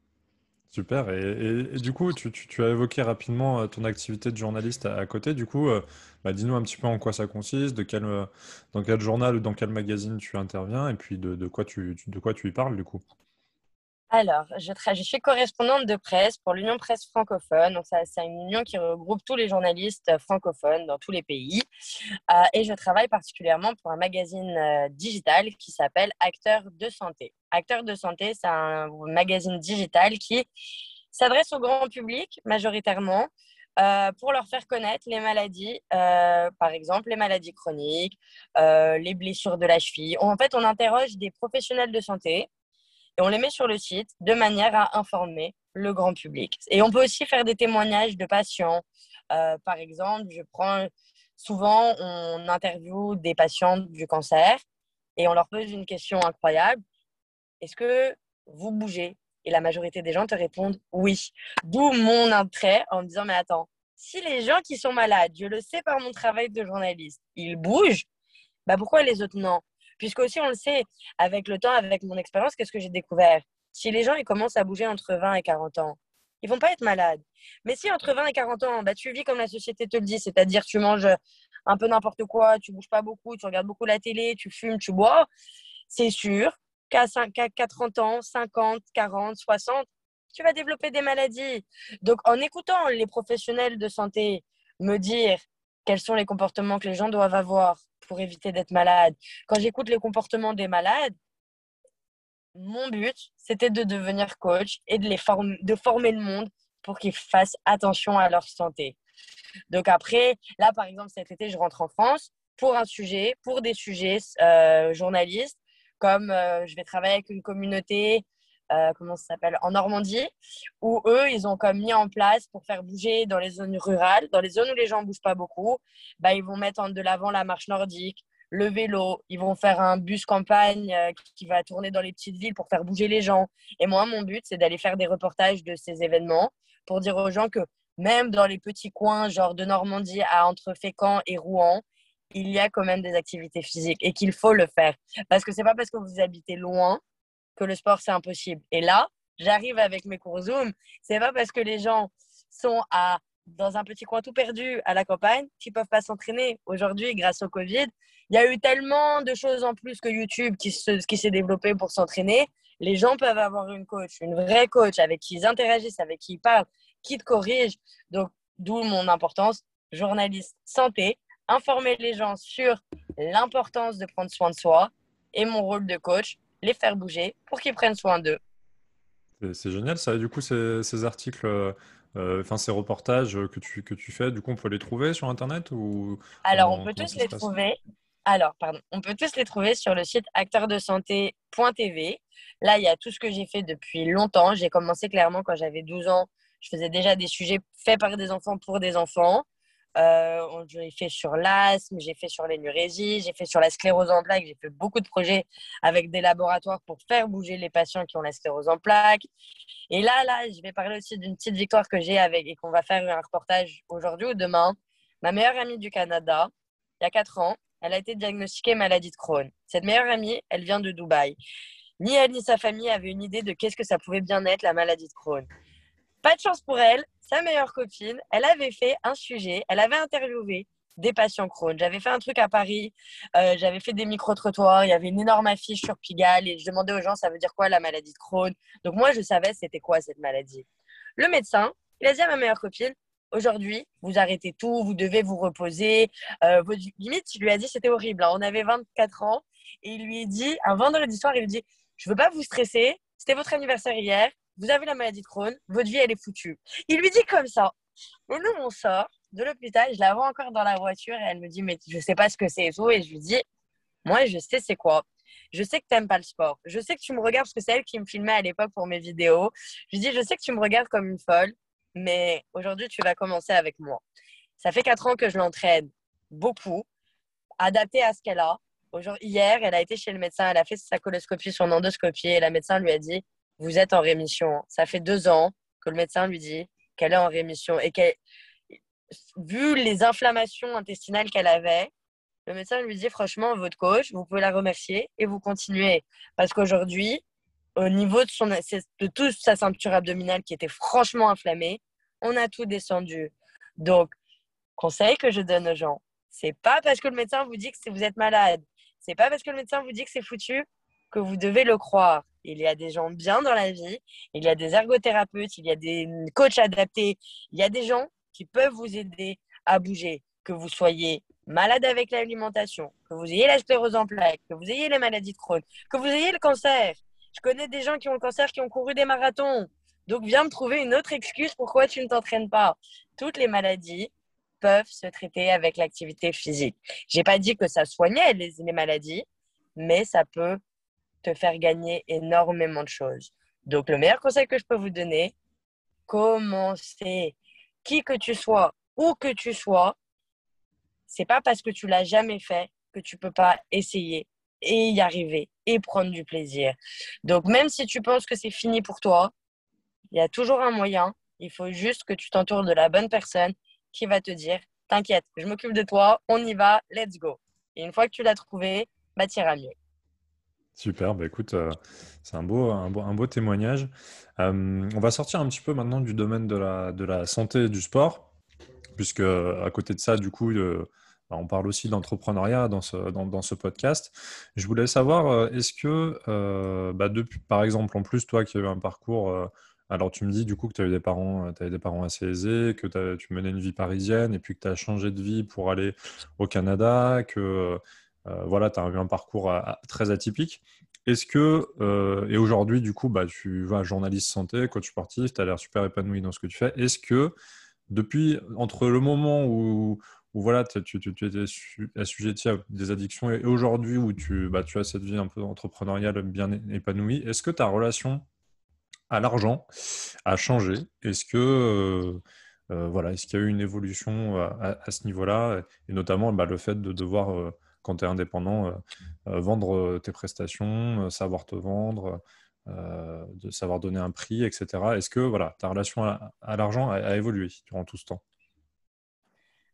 A: Super. Et du coup, tu as évoqué rapidement ton activité de journaliste à côté. Du coup, bah, dis-nous un petit peu en quoi ça consiste, dans quel journal ou dans quel magazine tu interviens, et puis de quoi tu y parles, du coup.
B: Alors, je suis correspondante de presse pour l'Union Presse francophone. Donc, ça, c'est une union qui regroupe tous les journalistes francophones dans tous les pays. Et je travaille particulièrement pour un magazine digital qui s'appelle Acteurs de santé. Acteurs de santé, c'est un magazine digital qui s'adresse au grand public majoritairement pour leur faire connaître les maladies, par exemple les maladies chroniques, les blessures de la cheville. En fait, on interroge des professionnels de santé et on les met sur le site de manière à informer le grand public. Et on peut aussi faire des témoignages de patients. Par exemple, souvent, on interviewe des patients du cancer et on leur pose une question incroyable. Est-ce que vous bougez? Et la majorité des gens te répondent oui. D'où mon intérêt en me disant, mais attends, si les gens qui sont malades, je le sais par mon travail de journaliste, ils bougent, bah pourquoi les autres non? Puisque aussi, on le sait, avec le temps, avec mon expérience, qu'est-ce que j'ai découvert? Si les gens ils commencent à bouger entre 20 et 40 ans, ils vont pas être malades. Mais si entre 20 et 40 ans, bah, tu vis comme la société te le dit, c'est-à-dire tu manges un peu n'importe quoi, tu bouges pas beaucoup, tu regardes beaucoup la télé, tu fumes, tu bois, c'est sûr qu'à 30 ans, 50, 40, 60, tu vas développer des maladies. Donc, en écoutant les professionnels de santé me dire quels sont les comportements que les gens doivent avoir pour éviter d'être malades, quand j'écoute les comportements des malades, mon but, c'était de devenir coach et de former le monde pour qu'ils fassent attention à leur santé. Donc après, là, par exemple, cet été, je rentre en France pour des sujets journalistes, comme je vais travailler avec une communauté, comment ça s'appelle, en Normandie, où eux, ils ont comme mis en place pour faire bouger dans les zones rurales, dans les zones où les gens ne bougent pas beaucoup, bah, ils vont mettre de l'avant la marche nordique, le vélo, ils vont faire un bus campagne qui va tourner dans les petites villes pour faire bouger les gens. Et moi, mon but, c'est d'aller faire des reportages de ces événements pour dire aux gens que même dans les petits coins, genre de Normandie à entre Fécamp et Rouen, il y a quand même des activités physiques et qu'il faut le faire. Parce que c'est pas parce que vous habitez loin que le sport, c'est impossible. Et là, j'arrive avec mes cours Zoom. C'est pas parce que les gens sont dans un petit coin tout perdu à la campagne qu'ils peuvent pas s'entraîner. Aujourd'hui, grâce au Covid, il y a eu tellement de choses en plus que YouTube qui s'est développé pour s'entraîner. Les gens peuvent avoir une coach, une vraie coach avec qui ils interagissent, avec qui ils parlent, qui te corrige. Donc, d'où mon importance, journaliste santé, informer les gens sur l'importance de prendre soin de soi et mon rôle de coach, les faire bouger pour qu'ils prennent soin d'eux.
A: C'est génial ça. Et du coup, ces articles, enfin ces reportages que tu fais, du coup, on peut les trouver sur Internet ou
B: Alors, on peut
A: comment
B: tous
A: ça se
B: les
A: passe?
B: trouver. Alors, pardon, on peut tous les trouver sur le site acteurdesante.tv. Là, il y a tout ce que j'ai fait depuis longtemps. J'ai commencé clairement quand j'avais 12 ans. Je faisais déjà des sujets faits par des enfants pour des enfants. J'ai fait sur l'asthme, j'ai fait sur l'énurésie, j'ai fait sur la sclérose en plaques. J'ai fait beaucoup de projets avec des laboratoires pour faire bouger les patients qui ont la sclérose en plaques. Et là, je vais parler aussi d'une petite victoire que j'ai avec et qu'on va faire un reportage aujourd'hui ou demain. Ma meilleure amie du Canada, il y a 4 ans, elle a été diagnostiquée maladie de Crohn. Cette meilleure amie, elle vient de Dubaï. Ni elle ni sa famille avaient une idée de qu'est-ce que ça pouvait bien être la maladie de Crohn. Pas de chance pour elle, sa meilleure copine, elle avait fait un sujet, elle avait interviewé des patients Crohn. J'avais fait un truc à Paris, j'avais fait des micro-trottoirs, il y avait une énorme affiche sur Pigalle et je demandais aux gens ça veut dire quoi la maladie de Crohn. Donc moi je savais c'était quoi cette maladie. Le médecin, il a dit à ma meilleure copine, aujourd'hui vous arrêtez tout, vous devez vous reposer. Limite, je lui ai dit c'était horrible, hein. On avait 24 ans et il lui a dit, un vendredi soir, il lui dit je veux pas vous stresser, c'était votre anniversaire hier, vous avez la maladie de Crohn, votre vie, elle est foutue. Il lui dit comme ça. Et nous, on sort de l'hôpital, je la vois encore dans la voiture et elle me dit, mais je sais pas ce que c'est et tout. Et je lui dis, moi, je sais c'est quoi. Je sais que tu n'aimes pas le sport. Je sais que tu me regardes, parce que c'est elle qui me filmait à l'époque pour mes vidéos. Je lui dis, je sais que tu me regardes comme une folle, mais aujourd'hui, tu vas commencer avec moi. Ça fait 4 ans que je l'entraîne beaucoup, adapté à ce qu'elle a. Hier, elle a été chez le médecin, elle a fait sa coloscopie, son endoscopie, et la médecin lui a dit, vous êtes en rémission. Ça fait 2 ans que le médecin lui dit qu'elle est en rémission et qu'elle, vu les inflammations intestinales qu'elle avait, le médecin lui dit, franchement, votre coach, vous pouvez la remercier et vous continuez. Parce qu'aujourd'hui, au niveau de toute sa ceinture abdominale qui était franchement inflammée, on a tout descendu. Donc, conseil que je donne aux gens, c'est pas parce que le médecin vous dit que vous êtes malade, c'est pas parce que le médecin vous dit que c'est foutu que vous devez le croire. Il y a des gens bien dans la vie, il y a des ergothérapeutes, il y a des coachs adaptés, il y a des gens qui peuvent vous aider à bouger, que vous soyez malade avec l'alimentation, que vous ayez la sclérose en plaques, que vous ayez les maladies de Crohn, que vous ayez le cancer. Je connais des gens qui ont le cancer qui ont couru des marathons. Donc viens me trouver une autre excuse pourquoi tu ne t'entraînes pas. Toutes les maladies peuvent se traiter avec l'activité physique. J'ai pas dit que ça soignait les maladies, mais ça peut te faire gagner énormément de choses. Donc, le meilleur conseil que je peux vous donner, commencez. Qui que tu sois, où que tu sois, c'est pas parce que tu l'as jamais fait que tu peux pas essayer et y arriver et prendre du plaisir. Donc, même si tu penses que c'est fini pour toi, il y a toujours un moyen. Il faut juste que tu t'entoures de la bonne personne qui va te dire, t'inquiète, je m'occupe de toi, on y va, let's go. Et une fois que tu l'as trouvé, bah, t'iras mieux.
A: Super, bah écoute, c'est un beau témoignage. On va sortir un petit peu maintenant du domaine de la santé et du sport, puisque à côté de ça, du coup, bah, on parle aussi d'entrepreneuriat dans ce podcast. Je voulais savoir, est-ce que, bah, depuis, par exemple, en plus, toi qui as eu un parcours, alors tu me dis du coup que tu as eu t'avais des parents assez aisés, que tu menais une vie parisienne, et puis que tu as changé de vie pour aller au Canada, que voilà, tu as eu un parcours très atypique. Est-ce que, et aujourd'hui, du coup, bah, tu vas journaliste santé, coach sportif, tu as l'air super épanoui dans ce que tu fais. Est-ce que depuis, entre le moment où voilà, tu étais assujetti à des addictions et aujourd'hui où bah, tu as cette vie un peu entrepreneuriale bien épanouie, est-ce que ta relation à l'argent a changé? Est-ce que, voilà, est-ce qu'il y a eu une évolution à ce niveau-là? Et notamment bah, le fait de devoir, quand tu es indépendant, vendre tes prestations, savoir te vendre, de savoir donner un prix, etc. Est-ce que voilà, ta relation à l'argent a évolué durant tout ce temps?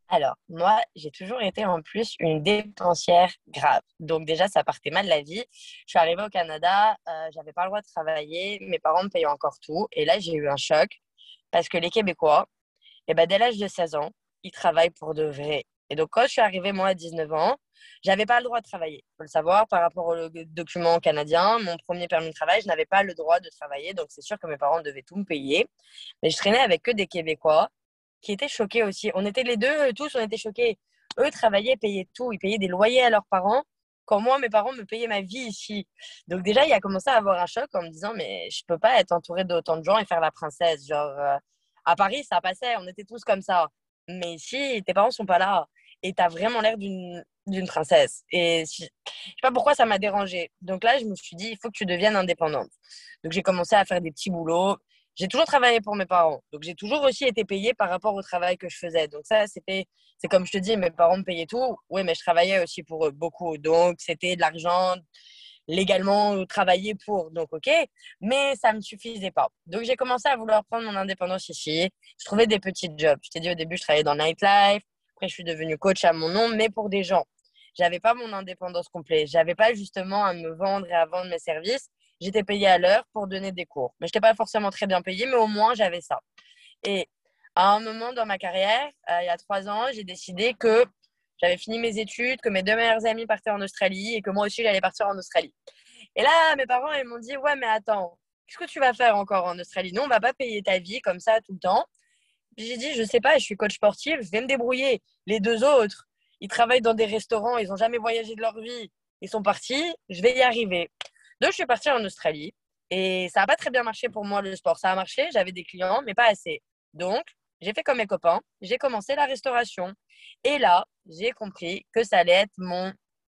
B: Alors, moi, j'ai toujours été en plus une dépensière grave. Donc déjà, ça partait mal la vie. Je suis arrivée au Canada, j'avais pas le droit de travailler, mes parents me payaient encore tout. Et là, j'ai eu un choc parce que les Québécois, dès l'âge de 16 ans, ils travaillent pour de vrai. Et donc, quand je suis arrivée, moi, à 19 ans, j'avais pas le droit de travailler. Il faut le savoir, par rapport au document canadien, mon premier permis de travail, je n'avais pas le droit de travailler. Donc, c'est sûr que mes parents devaient tout me payer. Mais je traînais avec que des Québécois qui étaient choqués aussi. On était les deux, tous, on était choqués. Eux travaillaient, payaient tout. Ils payaient des loyers à leurs parents. Quand moi, mes parents me payaient ma vie ici. Donc déjà, il a commencé à avoir un choc en me disant, mais je peux pas être entourée d'autant de gens et faire la princesse. Genre, à Paris, ça passait, on était tous comme ça. Mais ici, tes parents sont pas là et tu as vraiment l'air d'une princesse. Et je sais pas pourquoi ça m'a dérangée. Donc là, je me suis dit, il faut que tu deviennes indépendante. Donc j'ai commencé à faire des petits boulots. J'ai toujours travaillé pour mes parents. Donc j'ai toujours aussi été payée par rapport au travail que je faisais. Donc ça, c'est comme je te dis, mes parents me payaient tout. Oui, mais je travaillais aussi pour eux beaucoup. Donc c'était de l'argent légalement travailler pour, donc ok, mais ça ne me suffisait pas. Donc j'ai commencé à vouloir prendre mon indépendance ici. Je trouvais des petits jobs. Je t'ai dit au début, je travaillais dans nightlife. Après, je suis devenue coach à mon nom, mais pour des gens. J'avais pas mon indépendance complète. J'avais pas justement à me vendre et à vendre mes services. J'étais payée à l'heure pour donner des cours. Mais je n'étais pas forcément très bien payée, mais au moins j'avais ça. Et à un moment dans ma carrière, il y a 3 ans, j'ai décidé que j'avais fini mes études, que mes deux meilleurs amis partaient en Australie et que moi aussi j'allais partir en Australie. Et là, mes parents, ils m'ont dit, ouais, mais attends, qu'est-ce que tu vas faire encore en Australie? Nous, on va pas payer ta vie comme ça tout le temps. J'ai dit, je sais pas, je suis coach sportif, je vais me débrouiller. Les deux autres, ils travaillent dans des restaurants, ils ont jamais voyagé de leur vie. Ils sont partis, je vais y arriver. Donc, je suis partie en Australie et ça n'a pas très bien marché pour moi le sport. Ça a marché, j'avais des clients, mais pas assez. Donc, j'ai fait comme mes copains, j'ai commencé la restauration. Et là, j'ai compris que ça allait être mon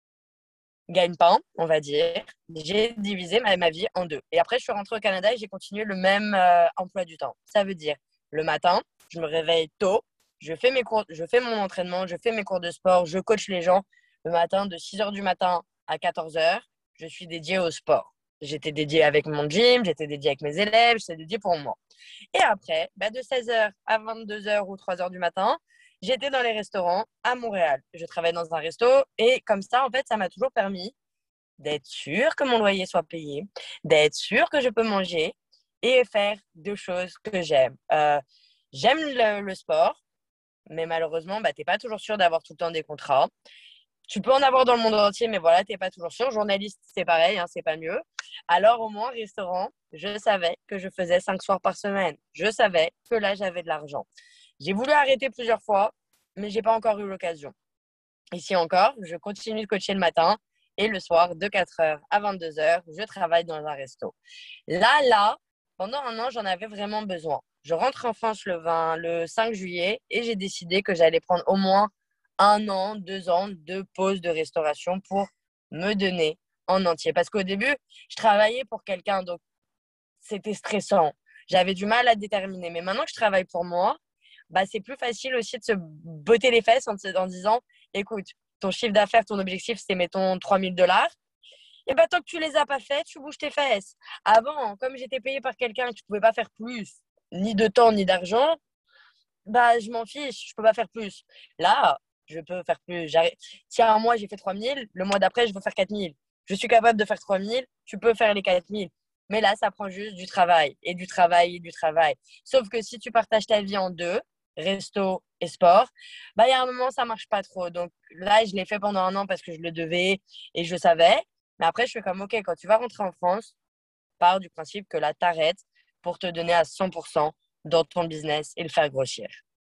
B: gagne-pain, on va dire. J'ai divisé ma vie en deux. Et après, je suis rentrée au Canada et j'ai continué le même emploi du temps. Ça veut dire, le matin, je me réveille tôt, je fais mes cours, je fais mon entraînement, je fais mes cours de sport, je coach les gens. Le matin, de 6 heures du matin à 14 heures, je suis dédiée au sport. J'étais dédiée avec mon gym, j'étais dédiée avec mes élèves, j'étais dédiée pour moi. Et après, de 16 heures à 22 heures ou 3 heures du matin, j'étais dans les restaurants à Montréal. Je travaillais dans un resto et comme ça, en fait, ça m'a toujours permis d'être sûr que mon loyer soit payé, d'être sûr que je peux manger et faire deux choses que j'aime. J'aime le sport, mais malheureusement, tu n'es pas toujours sûr d'avoir tout le temps des contrats. Tu peux en avoir dans le monde entier, mais voilà, tu n'es pas toujours sûr. Journaliste, c'est pareil, hein, c'est pas mieux. Alors, au moins, restaurant, je savais que je faisais 5 soirs par semaine. Je savais que là, j'avais de l'argent. J'ai voulu arrêter plusieurs fois, mais j'ai pas encore eu l'occasion. Ici encore, je continue de coacher le matin et le soir, de 4 heures à 22 heures, je travaille dans un resto. Là, pendant un an, j'en avais vraiment besoin. Je rentre en France le 5 juillet et j'ai décidé que j'allais prendre au moins 1 an, 2 ans de pause de restauration pour me donner en entier. Parce qu'au début, je travaillais pour quelqu'un, donc c'était stressant. J'avais du mal à déterminer. Mais maintenant que je travaille pour moi, c'est plus facile aussi de se botter les fesses en disant, écoute, ton chiffre d'affaires, ton objectif, c'est mettons 3 000 $. Et tant que tu les as pas fait, tu bouges tes fesses. Avant, comme j'étais payée par quelqu'un que je pouvais pas faire plus, ni de temps, ni d'argent, je m'en fiche, je peux pas faire plus. Là, je peux faire plus. Si un mois j'ai fait 3 000, le mois d'après, je veux faire 4 000. Je suis capable de faire 3 000, tu peux faire les 4 000. Mais là, ça prend juste du travail et du travail et du travail. Sauf que si tu partages ta vie en deux, resto et sport, il y a un moment, ça marche pas trop. Donc là, je l'ai fait pendant un an parce que je le devais et je savais. Mais après, je fais comme, OK, quand tu vas rentrer en France, pars du principe que là, t'arrêtes pour te donner à 100% dans ton business et le faire grossir.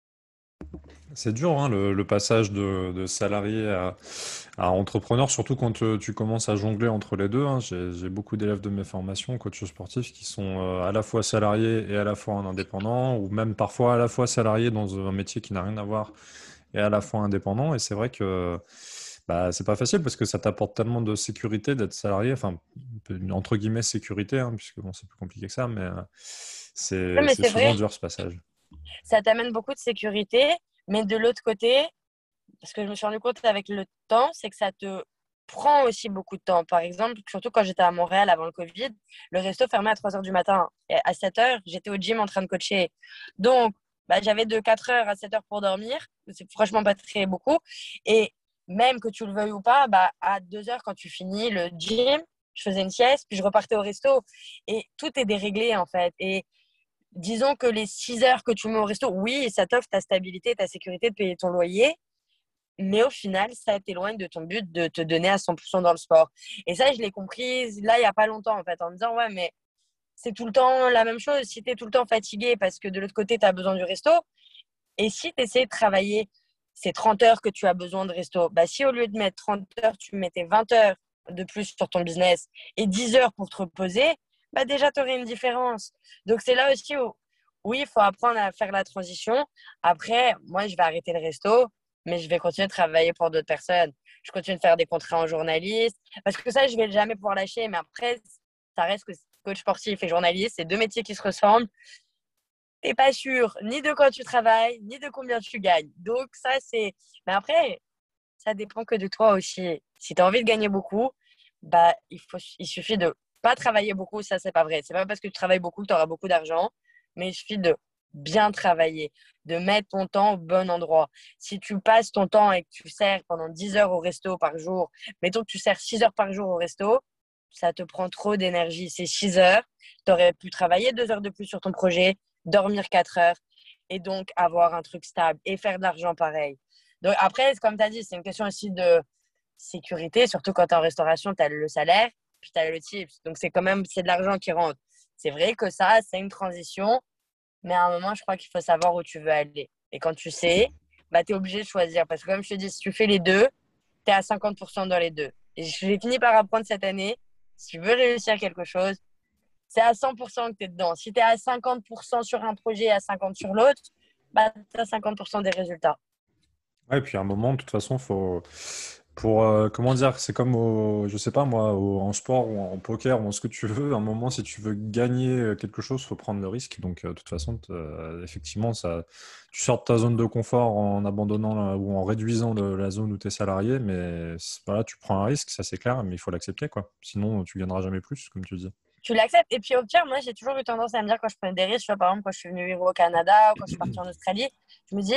A: C'est dur, hein, le passage de salarié à entrepreneur, surtout quand tu commences à jongler entre les deux, hein. J'ai beaucoup d'élèves de mes formations, coachs sportifs, qui sont à la fois salariés et à la fois en indépendant, ou même parfois à la fois salariés dans un métier qui n'a rien à voir et à la fois indépendant. Et c'est vrai que c'est pas facile parce que ça t'apporte tellement de sécurité d'être salarié, enfin, entre guillemets sécurité, hein, puisque bon, c'est plus compliqué que ça, mais
B: Non, mais
A: c'est
B: c'est
A: souvent
B: vrai,
A: dur ce passage.
B: ça t'amène beaucoup de sécurité, mais de l'autre côté, parce que je me suis rendu compte avec le temps, c'est que ça te prend aussi beaucoup de temps. Par exemple, surtout quand j'étais à Montréal avant le Covid, le resto fermait à 3 heures du matin. Et à 7 heures, j'étais au gym en train de coacher. Donc, bah, j'avais de 4 heures à 7 heures pour dormir. C'est franchement pas très beaucoup. Et même que tu le veuilles ou pas, bah, à 2 heures, quand tu finis le gym, je faisais une sieste, puis je repartais au resto. Et tout est déréglé, en fait. Et disons que les 6 heures que tu mets au resto, oui, ça t'offre ta stabilité, ta sécurité de payer ton loyer. Mais au final, ça t'éloigne de ton but de te donner à 100% dans le sport. Et ça, je l'ai compris là, il n'y a pas longtemps, en fait, en me disant, ouais, mais c'est tout le temps la même chose. Si tu es tout le temps fatigué parce que de l'autre côté, tu as besoin du resto, et si tu essaies de travailler ces 30 heures que tu as besoin de resto, bah, si au lieu de mettre 30 heures, tu mettais 20 heures de plus sur ton business et 10 heures pour te reposer, bah, déjà, tu aurais une différence. Donc, c'est là aussi où, oui, il faut apprendre à faire la transition. Après, moi, je vais arrêter le resto, mais je vais continuer de travailler pour d'autres personnes. Je continue de faire des contrats en journaliste parce que ça, je vais jamais pouvoir lâcher. Mais après, ça reste que coach sportif et journaliste, c'est deux métiers qui se ressemblent. T'es pas sûr ni de quand tu travailles, ni de combien tu gagnes. Donc, ça, c'est. Mais après, ça dépend que de toi aussi. Si tu as envie de gagner beaucoup, bah, il suffit de pas travailler beaucoup. Ça, c'est pas vrai. C'est pas parce que tu travailles beaucoup que tu auras beaucoup d'argent, mais il suffit de bien travailler, de mettre ton temps au bon endroit. Si tu passes ton temps et que tu sers pendant 10 heures au resto par jour, mettons que tu sers 6 heures par jour au resto, ça te prend trop d'énergie. C'est 6 heures. Tu aurais pu travailler 2 heures de plus sur ton projet, dormir 4 heures et donc avoir un truc stable et faire de l'argent pareil. Donc après, comme tu as dit, c'est une question aussi de sécurité, surtout quand tu es en restauration, tu as le salaire, puis tu as le tips. Donc c'est quand même c'est de l'argent qui rentre. C'est vrai que ça, c'est une transition, mais à un moment, je crois qu'il faut savoir où tu veux aller. Et quand tu sais, bah, tu es obligé de choisir. Parce que comme je te dis, si tu fais les deux, tu es à 50% dans les deux. Et j'ai fini par apprendre cette année, si tu veux réussir quelque chose, c'est à 100% que tu es dedans. Si tu es à 50% sur un projet et à 50% sur l'autre, bah, tu as 50% des résultats.
A: Ouais, et puis à un moment, de toute façon, faut. Pour, comment dire, c'est comme je sais pas moi, en sport ou en poker ou en ce que tu veux, à un moment, si tu veux gagner quelque chose, faut prendre le risque. Donc, de toute façon, effectivement, ça, tu sors de ta zone de confort en abandonnant ou en réduisant la zone où tu es salarié, mais voilà, tu prends un risque, ça c'est clair, mais il faut l'accepter, quoi. Sinon, tu gagneras jamais plus, comme tu dis.
B: Tu l'acceptes. Et puis au pire, moi, j'ai toujours eu tendance à me dire quand je prenais des risques, tu vois, par exemple, quand je suis venue vivre au Canada ou quand je suis partie en Australie, je me dis,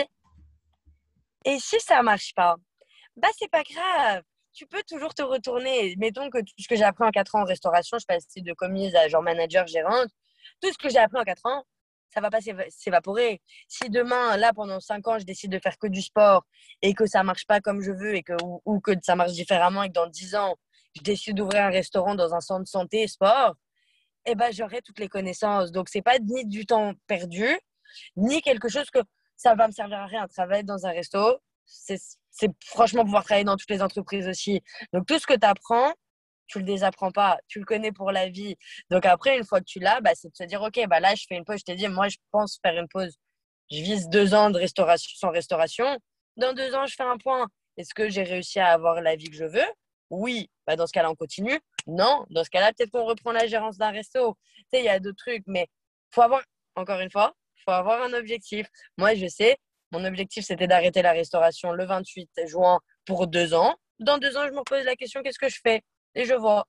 B: et si ça marche pas? Bah, c'est pas grave. Tu peux toujours te retourner. Mettons que tout ce que j'ai appris en 4 ans en restauration, je suis passée de commise à genre manager, gérante. Tout ce que j'ai appris en 4 ans, ça va pas s'évaporer. Si demain, là, pendant 5 ans, je décide de faire que du sport et que ça marche pas comme je veux ou que ça marche différemment et que dans 10 ans, je décide d'ouvrir un restaurant dans un centre de santé sport, eh ben, j'aurai toutes les connaissances. Donc, c'est pas ni du temps perdu, ni quelque chose que ça va me servir à rien. Travailler dans un resto, c'est franchement pouvoir travailler dans toutes les entreprises aussi. Donc, tout ce que tu apprends, tu le désapprends pas. Tu le connais pour la vie. Donc, après, une fois que tu l'as, bah, c'est de se dire, OK, bah, là, je fais une pause. Je t'ai dit, moi, je pense faire une pause. Je vise 2 ans de restauration sans restauration. Dans 2 ans, je fais un point. Est-ce que j'ai réussi à avoir la vie que je veux? Oui. Bah, dans ce cas-là, on continue. Non. Dans ce cas-là, peut-être qu'on reprend la gérance d'un resto. Tu sais, il y a d'autres trucs. Mais faut avoir, encore une fois, faut avoir un objectif. Moi, je sais, mon objectif, c'était d'arrêter la restauration le 28 juin pour 2 ans. Dans 2 ans, je me pose la question, qu'est-ce que je fais? Et je vois.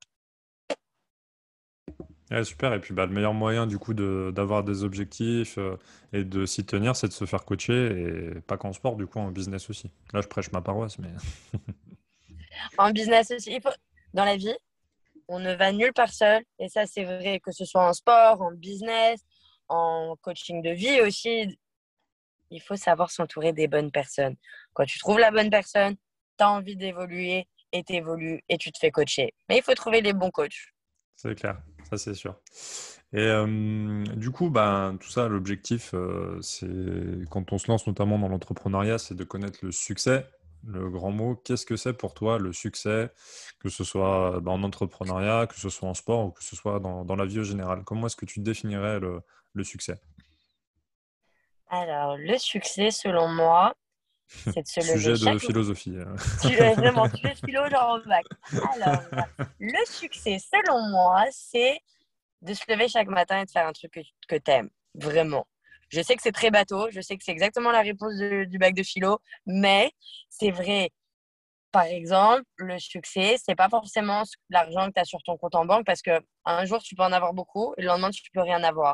A: Ouais, super. Et puis, bah, le meilleur moyen, du coup, d'avoir des objectifs et de s'y tenir, c'est de se faire coacher et pas qu'en sport, du coup, en business aussi. Là, je prêche ma paroisse, mais.
B: En business aussi, dans la vie, on ne va nulle part seul. Et ça, c'est vrai que ce soit en sport, en business, en coaching de vie aussi. Il faut savoir s'entourer des bonnes personnes. Quand tu trouves la bonne personne, tu as envie d'évoluer et tu évolues et tu te fais coacher. Mais il faut trouver les bons coachs.
A: C'est clair, ça c'est sûr. Et du coup, bah, tout ça, l'objectif, c'est quand on se lance notamment dans l'entrepreneuriat, c'est de connaître le succès. Le grand mot, qu'est-ce que c'est pour toi le succès, que ce soit bah, en entrepreneuriat, que ce soit en sport ou que ce soit dans la vie au général? Comment est-ce que tu définirais le succès?
B: Alors, le succès, selon moi, c'est de se lever
A: Sujet de
B: chaque.
A: philosophie.
B: Vraiment, sujet de philo, genre au bac. Alors, le succès, selon moi, c'est de se lever chaque matin et de faire un truc que tu aimes. Vraiment. Je sais que c'est très bateau, je sais que c'est exactement la réponse du bac de philo, mais c'est vrai. Par exemple, le succès, c'est pas forcément l'argent que tu as sur ton compte en banque parce que un jour, tu peux en avoir beaucoup et le lendemain, tu peux rien avoir.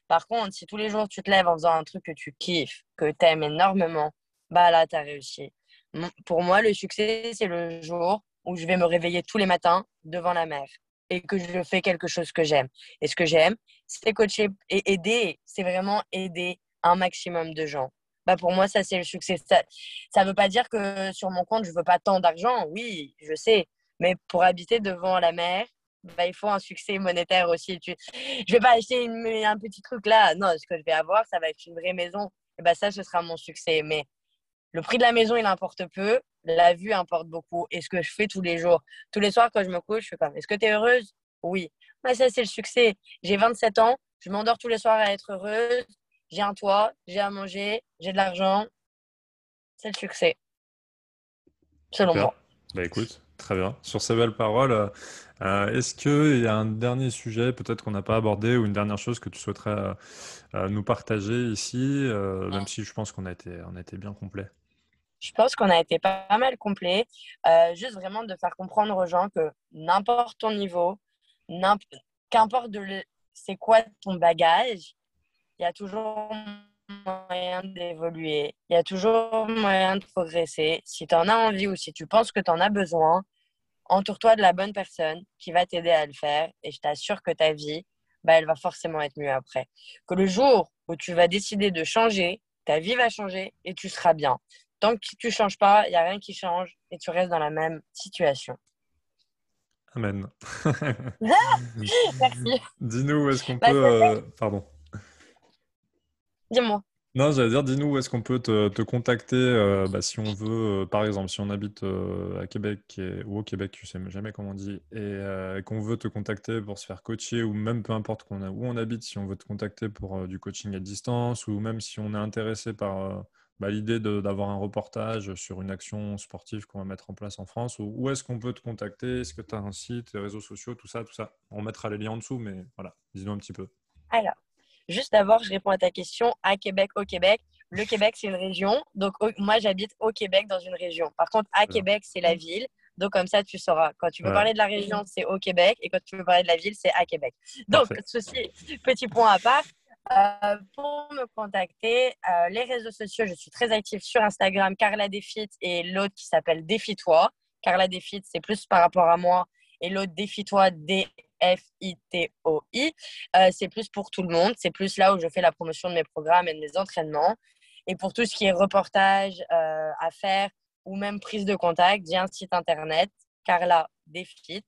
B: Par contre, si tous les jours tu te lèves en faisant un truc que tu kiffes, que tu aimes énormément, bah là, tu as réussi. Pour moi, le succès, c'est le jour où je vais me réveiller tous les matins devant la mer et que je fais quelque chose que j'aime. Et ce que j'aime, c'est coacher et aider. C'est vraiment aider un maximum de gens. Bah pour moi, ça, c'est le succès. Ça veut pas dire que sur mon compte, je veux pas tant d'argent. Oui, je sais. Mais pour habiter devant la mer, bah, il faut un succès monétaire aussi. Je vais pas acheter un petit truc là. Non, ce que je vais avoir, ça va être une vraie maison. Et bah, ça, ce sera mon succès. Mais le prix de la maison, il importe peu. La vue importe beaucoup. Et ce que je fais tous les jours, tous les soirs quand je me couche, je fais comme, est-ce que tu es heureuse? Oui. Bah, ça, c'est le succès. J'ai 27 ans. Je m'endors tous les soirs à être heureuse. J'ai un toit, j'ai à manger, j'ai de l'argent. C'est le succès, selon
A: Super.
B: moi.
A: Bah écoute, très bien. Sur ces belles paroles, est-ce qu'il y a un dernier sujet peut-être qu'on n'a pas abordé ou une dernière chose que tu souhaiterais nous partager ici, même si je pense qu'on a été bien complet.
B: Je pense qu'on a été pas mal complet. Juste vraiment de faire comprendre aux gens que n'importe ton niveau, n'imp- qu'importe c'est quoi ton bagage, il y a toujours moyen d'évoluer. Il y a toujours moyen de progresser. Si tu en as envie ou si tu penses que tu en as besoin, entoure-toi de la bonne personne qui va t'aider à le faire et je t'assure que ta vie, bah, elle va forcément être mieux après. Que le jour où tu vas décider de changer, ta vie va changer et tu seras bien. Tant que tu ne changes pas, il n'y a rien qui change et tu restes dans la même situation.
A: Amen.
B: Merci.
A: Dis-nous où est-ce qu'on peut...
B: Bah,
A: Pardon.
B: dis-moi.
A: Non, j'allais dire, dis-nous où est-ce qu'on peut te contacter si on veut, par exemple, si on habite à Québec ou au Québec, je sais jamais comment on dit, et qu'on veut te contacter pour se faire coacher, ou même peu importe où on habite, si on veut te contacter pour du coaching à distance, ou même si on est intéressé par l'idée d'avoir un reportage sur une action sportive qu'on va mettre en place en France, où est-ce qu'on peut te contacter? Est-ce que tu as un site, des réseaux sociaux, tout ça, tout ça? On mettra les liens en dessous, mais voilà, dis-nous un petit peu.
B: Alors, juste d'abord, je réponds à ta question. À Québec, au Québec. Le Québec, c'est une région. Donc, moi, j'habite au Québec, dans une région. Par contre, à
A: Très bien.
B: Québec, c'est la ville. Donc, comme ça, tu sauras. Quand tu veux
A: Ouais,
B: parler de la région, c'est au Québec. Et quand tu veux parler de la ville, c'est à Québec. Donc,
A: parfait.
B: ceci, petit point à part. Pour me contacter, les réseaux sociaux, je suis très active sur Instagram, Carla Défit, et l'autre qui s'appelle Défie-toi. Carla Défit, c'est plus par rapport à moi. Et l'autre Défie-toi, Défitoi. C'est plus pour tout le monde. C'est plus là où je fais la promotion de mes programmes et de mes entraînements. Et pour tout ce qui est reportage à faire ou même prise de contact, j'ai un site internet, Carla Défit,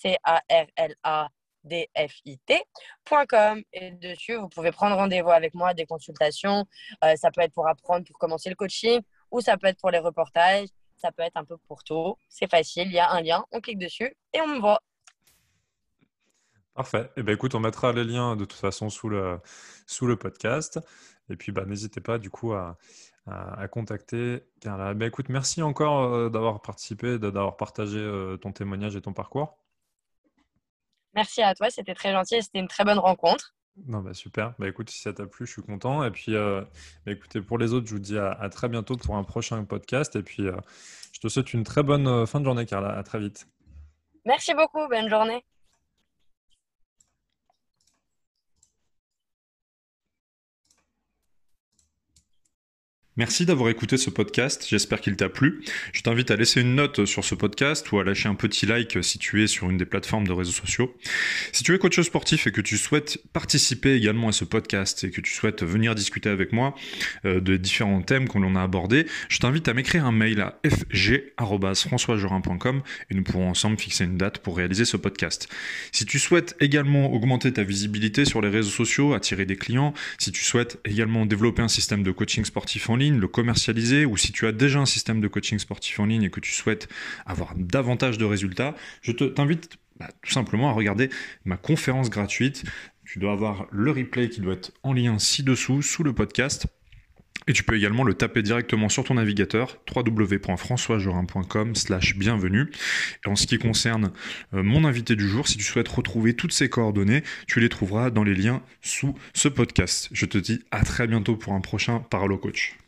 B: CARLADFIT.com. Et dessus, vous pouvez prendre rendez-vous avec moi, des consultations. Ça peut être pour apprendre, pour commencer le coaching, ou ça peut être pour les reportages. Ça peut être un peu pour tout. C'est facile, il y a un lien, on clique dessus et on me voit.
A: Parfait. Eh ben, écoute, on mettra les liens de toute façon sous le podcast. Et puis, n'hésitez pas du coup à contacter Carla. Ben, écoute, merci encore d'avoir participé, d'avoir partagé ton témoignage et ton parcours.
B: Merci à toi, c'était très gentil et c'était une très bonne rencontre.
A: Non, super. Écoute, si ça t'a plu, je suis content. Et puis, écoutez, pour les autres, je vous dis à très bientôt pour un prochain podcast. Et puis, je te souhaite une très bonne fin de journée, Carla. À très vite.
B: Merci beaucoup, bonne journée.
A: Merci d'avoir écouté ce podcast, j'espère qu'il t'a plu. Je t'invite à laisser une note sur ce podcast ou à lâcher un petit like si tu es sur une des plateformes de réseaux sociaux. Si tu es coach sportif et que tu souhaites participer également à ce podcast et que tu souhaites venir discuter avec moi de différents thèmes qu'on a abordés, je t'invite à m'écrire un mail à fg@françoisjorin.com et nous pourrons ensemble fixer une date pour réaliser ce podcast. Si tu souhaites également augmenter ta visibilité sur les réseaux sociaux, attirer des clients, si tu souhaites également développer un système de coaching sportif en ligne, le commercialiser, ou si tu as déjà un système de coaching sportif en ligne et que tu souhaites avoir davantage de résultats, je t'invite tout simplement à regarder ma conférence gratuite. Tu dois avoir le replay qui doit être en lien ci-dessous, sous le podcast. Et tu peux également le taper directement sur ton navigateur www.françoisjorin.com/bienvenue. Et en ce qui concerne mon invité du jour, si tu souhaites retrouver toutes ces coordonnées, tu les trouveras dans les liens sous ce podcast. Je te dis à très bientôt pour un prochain Parole au Coach.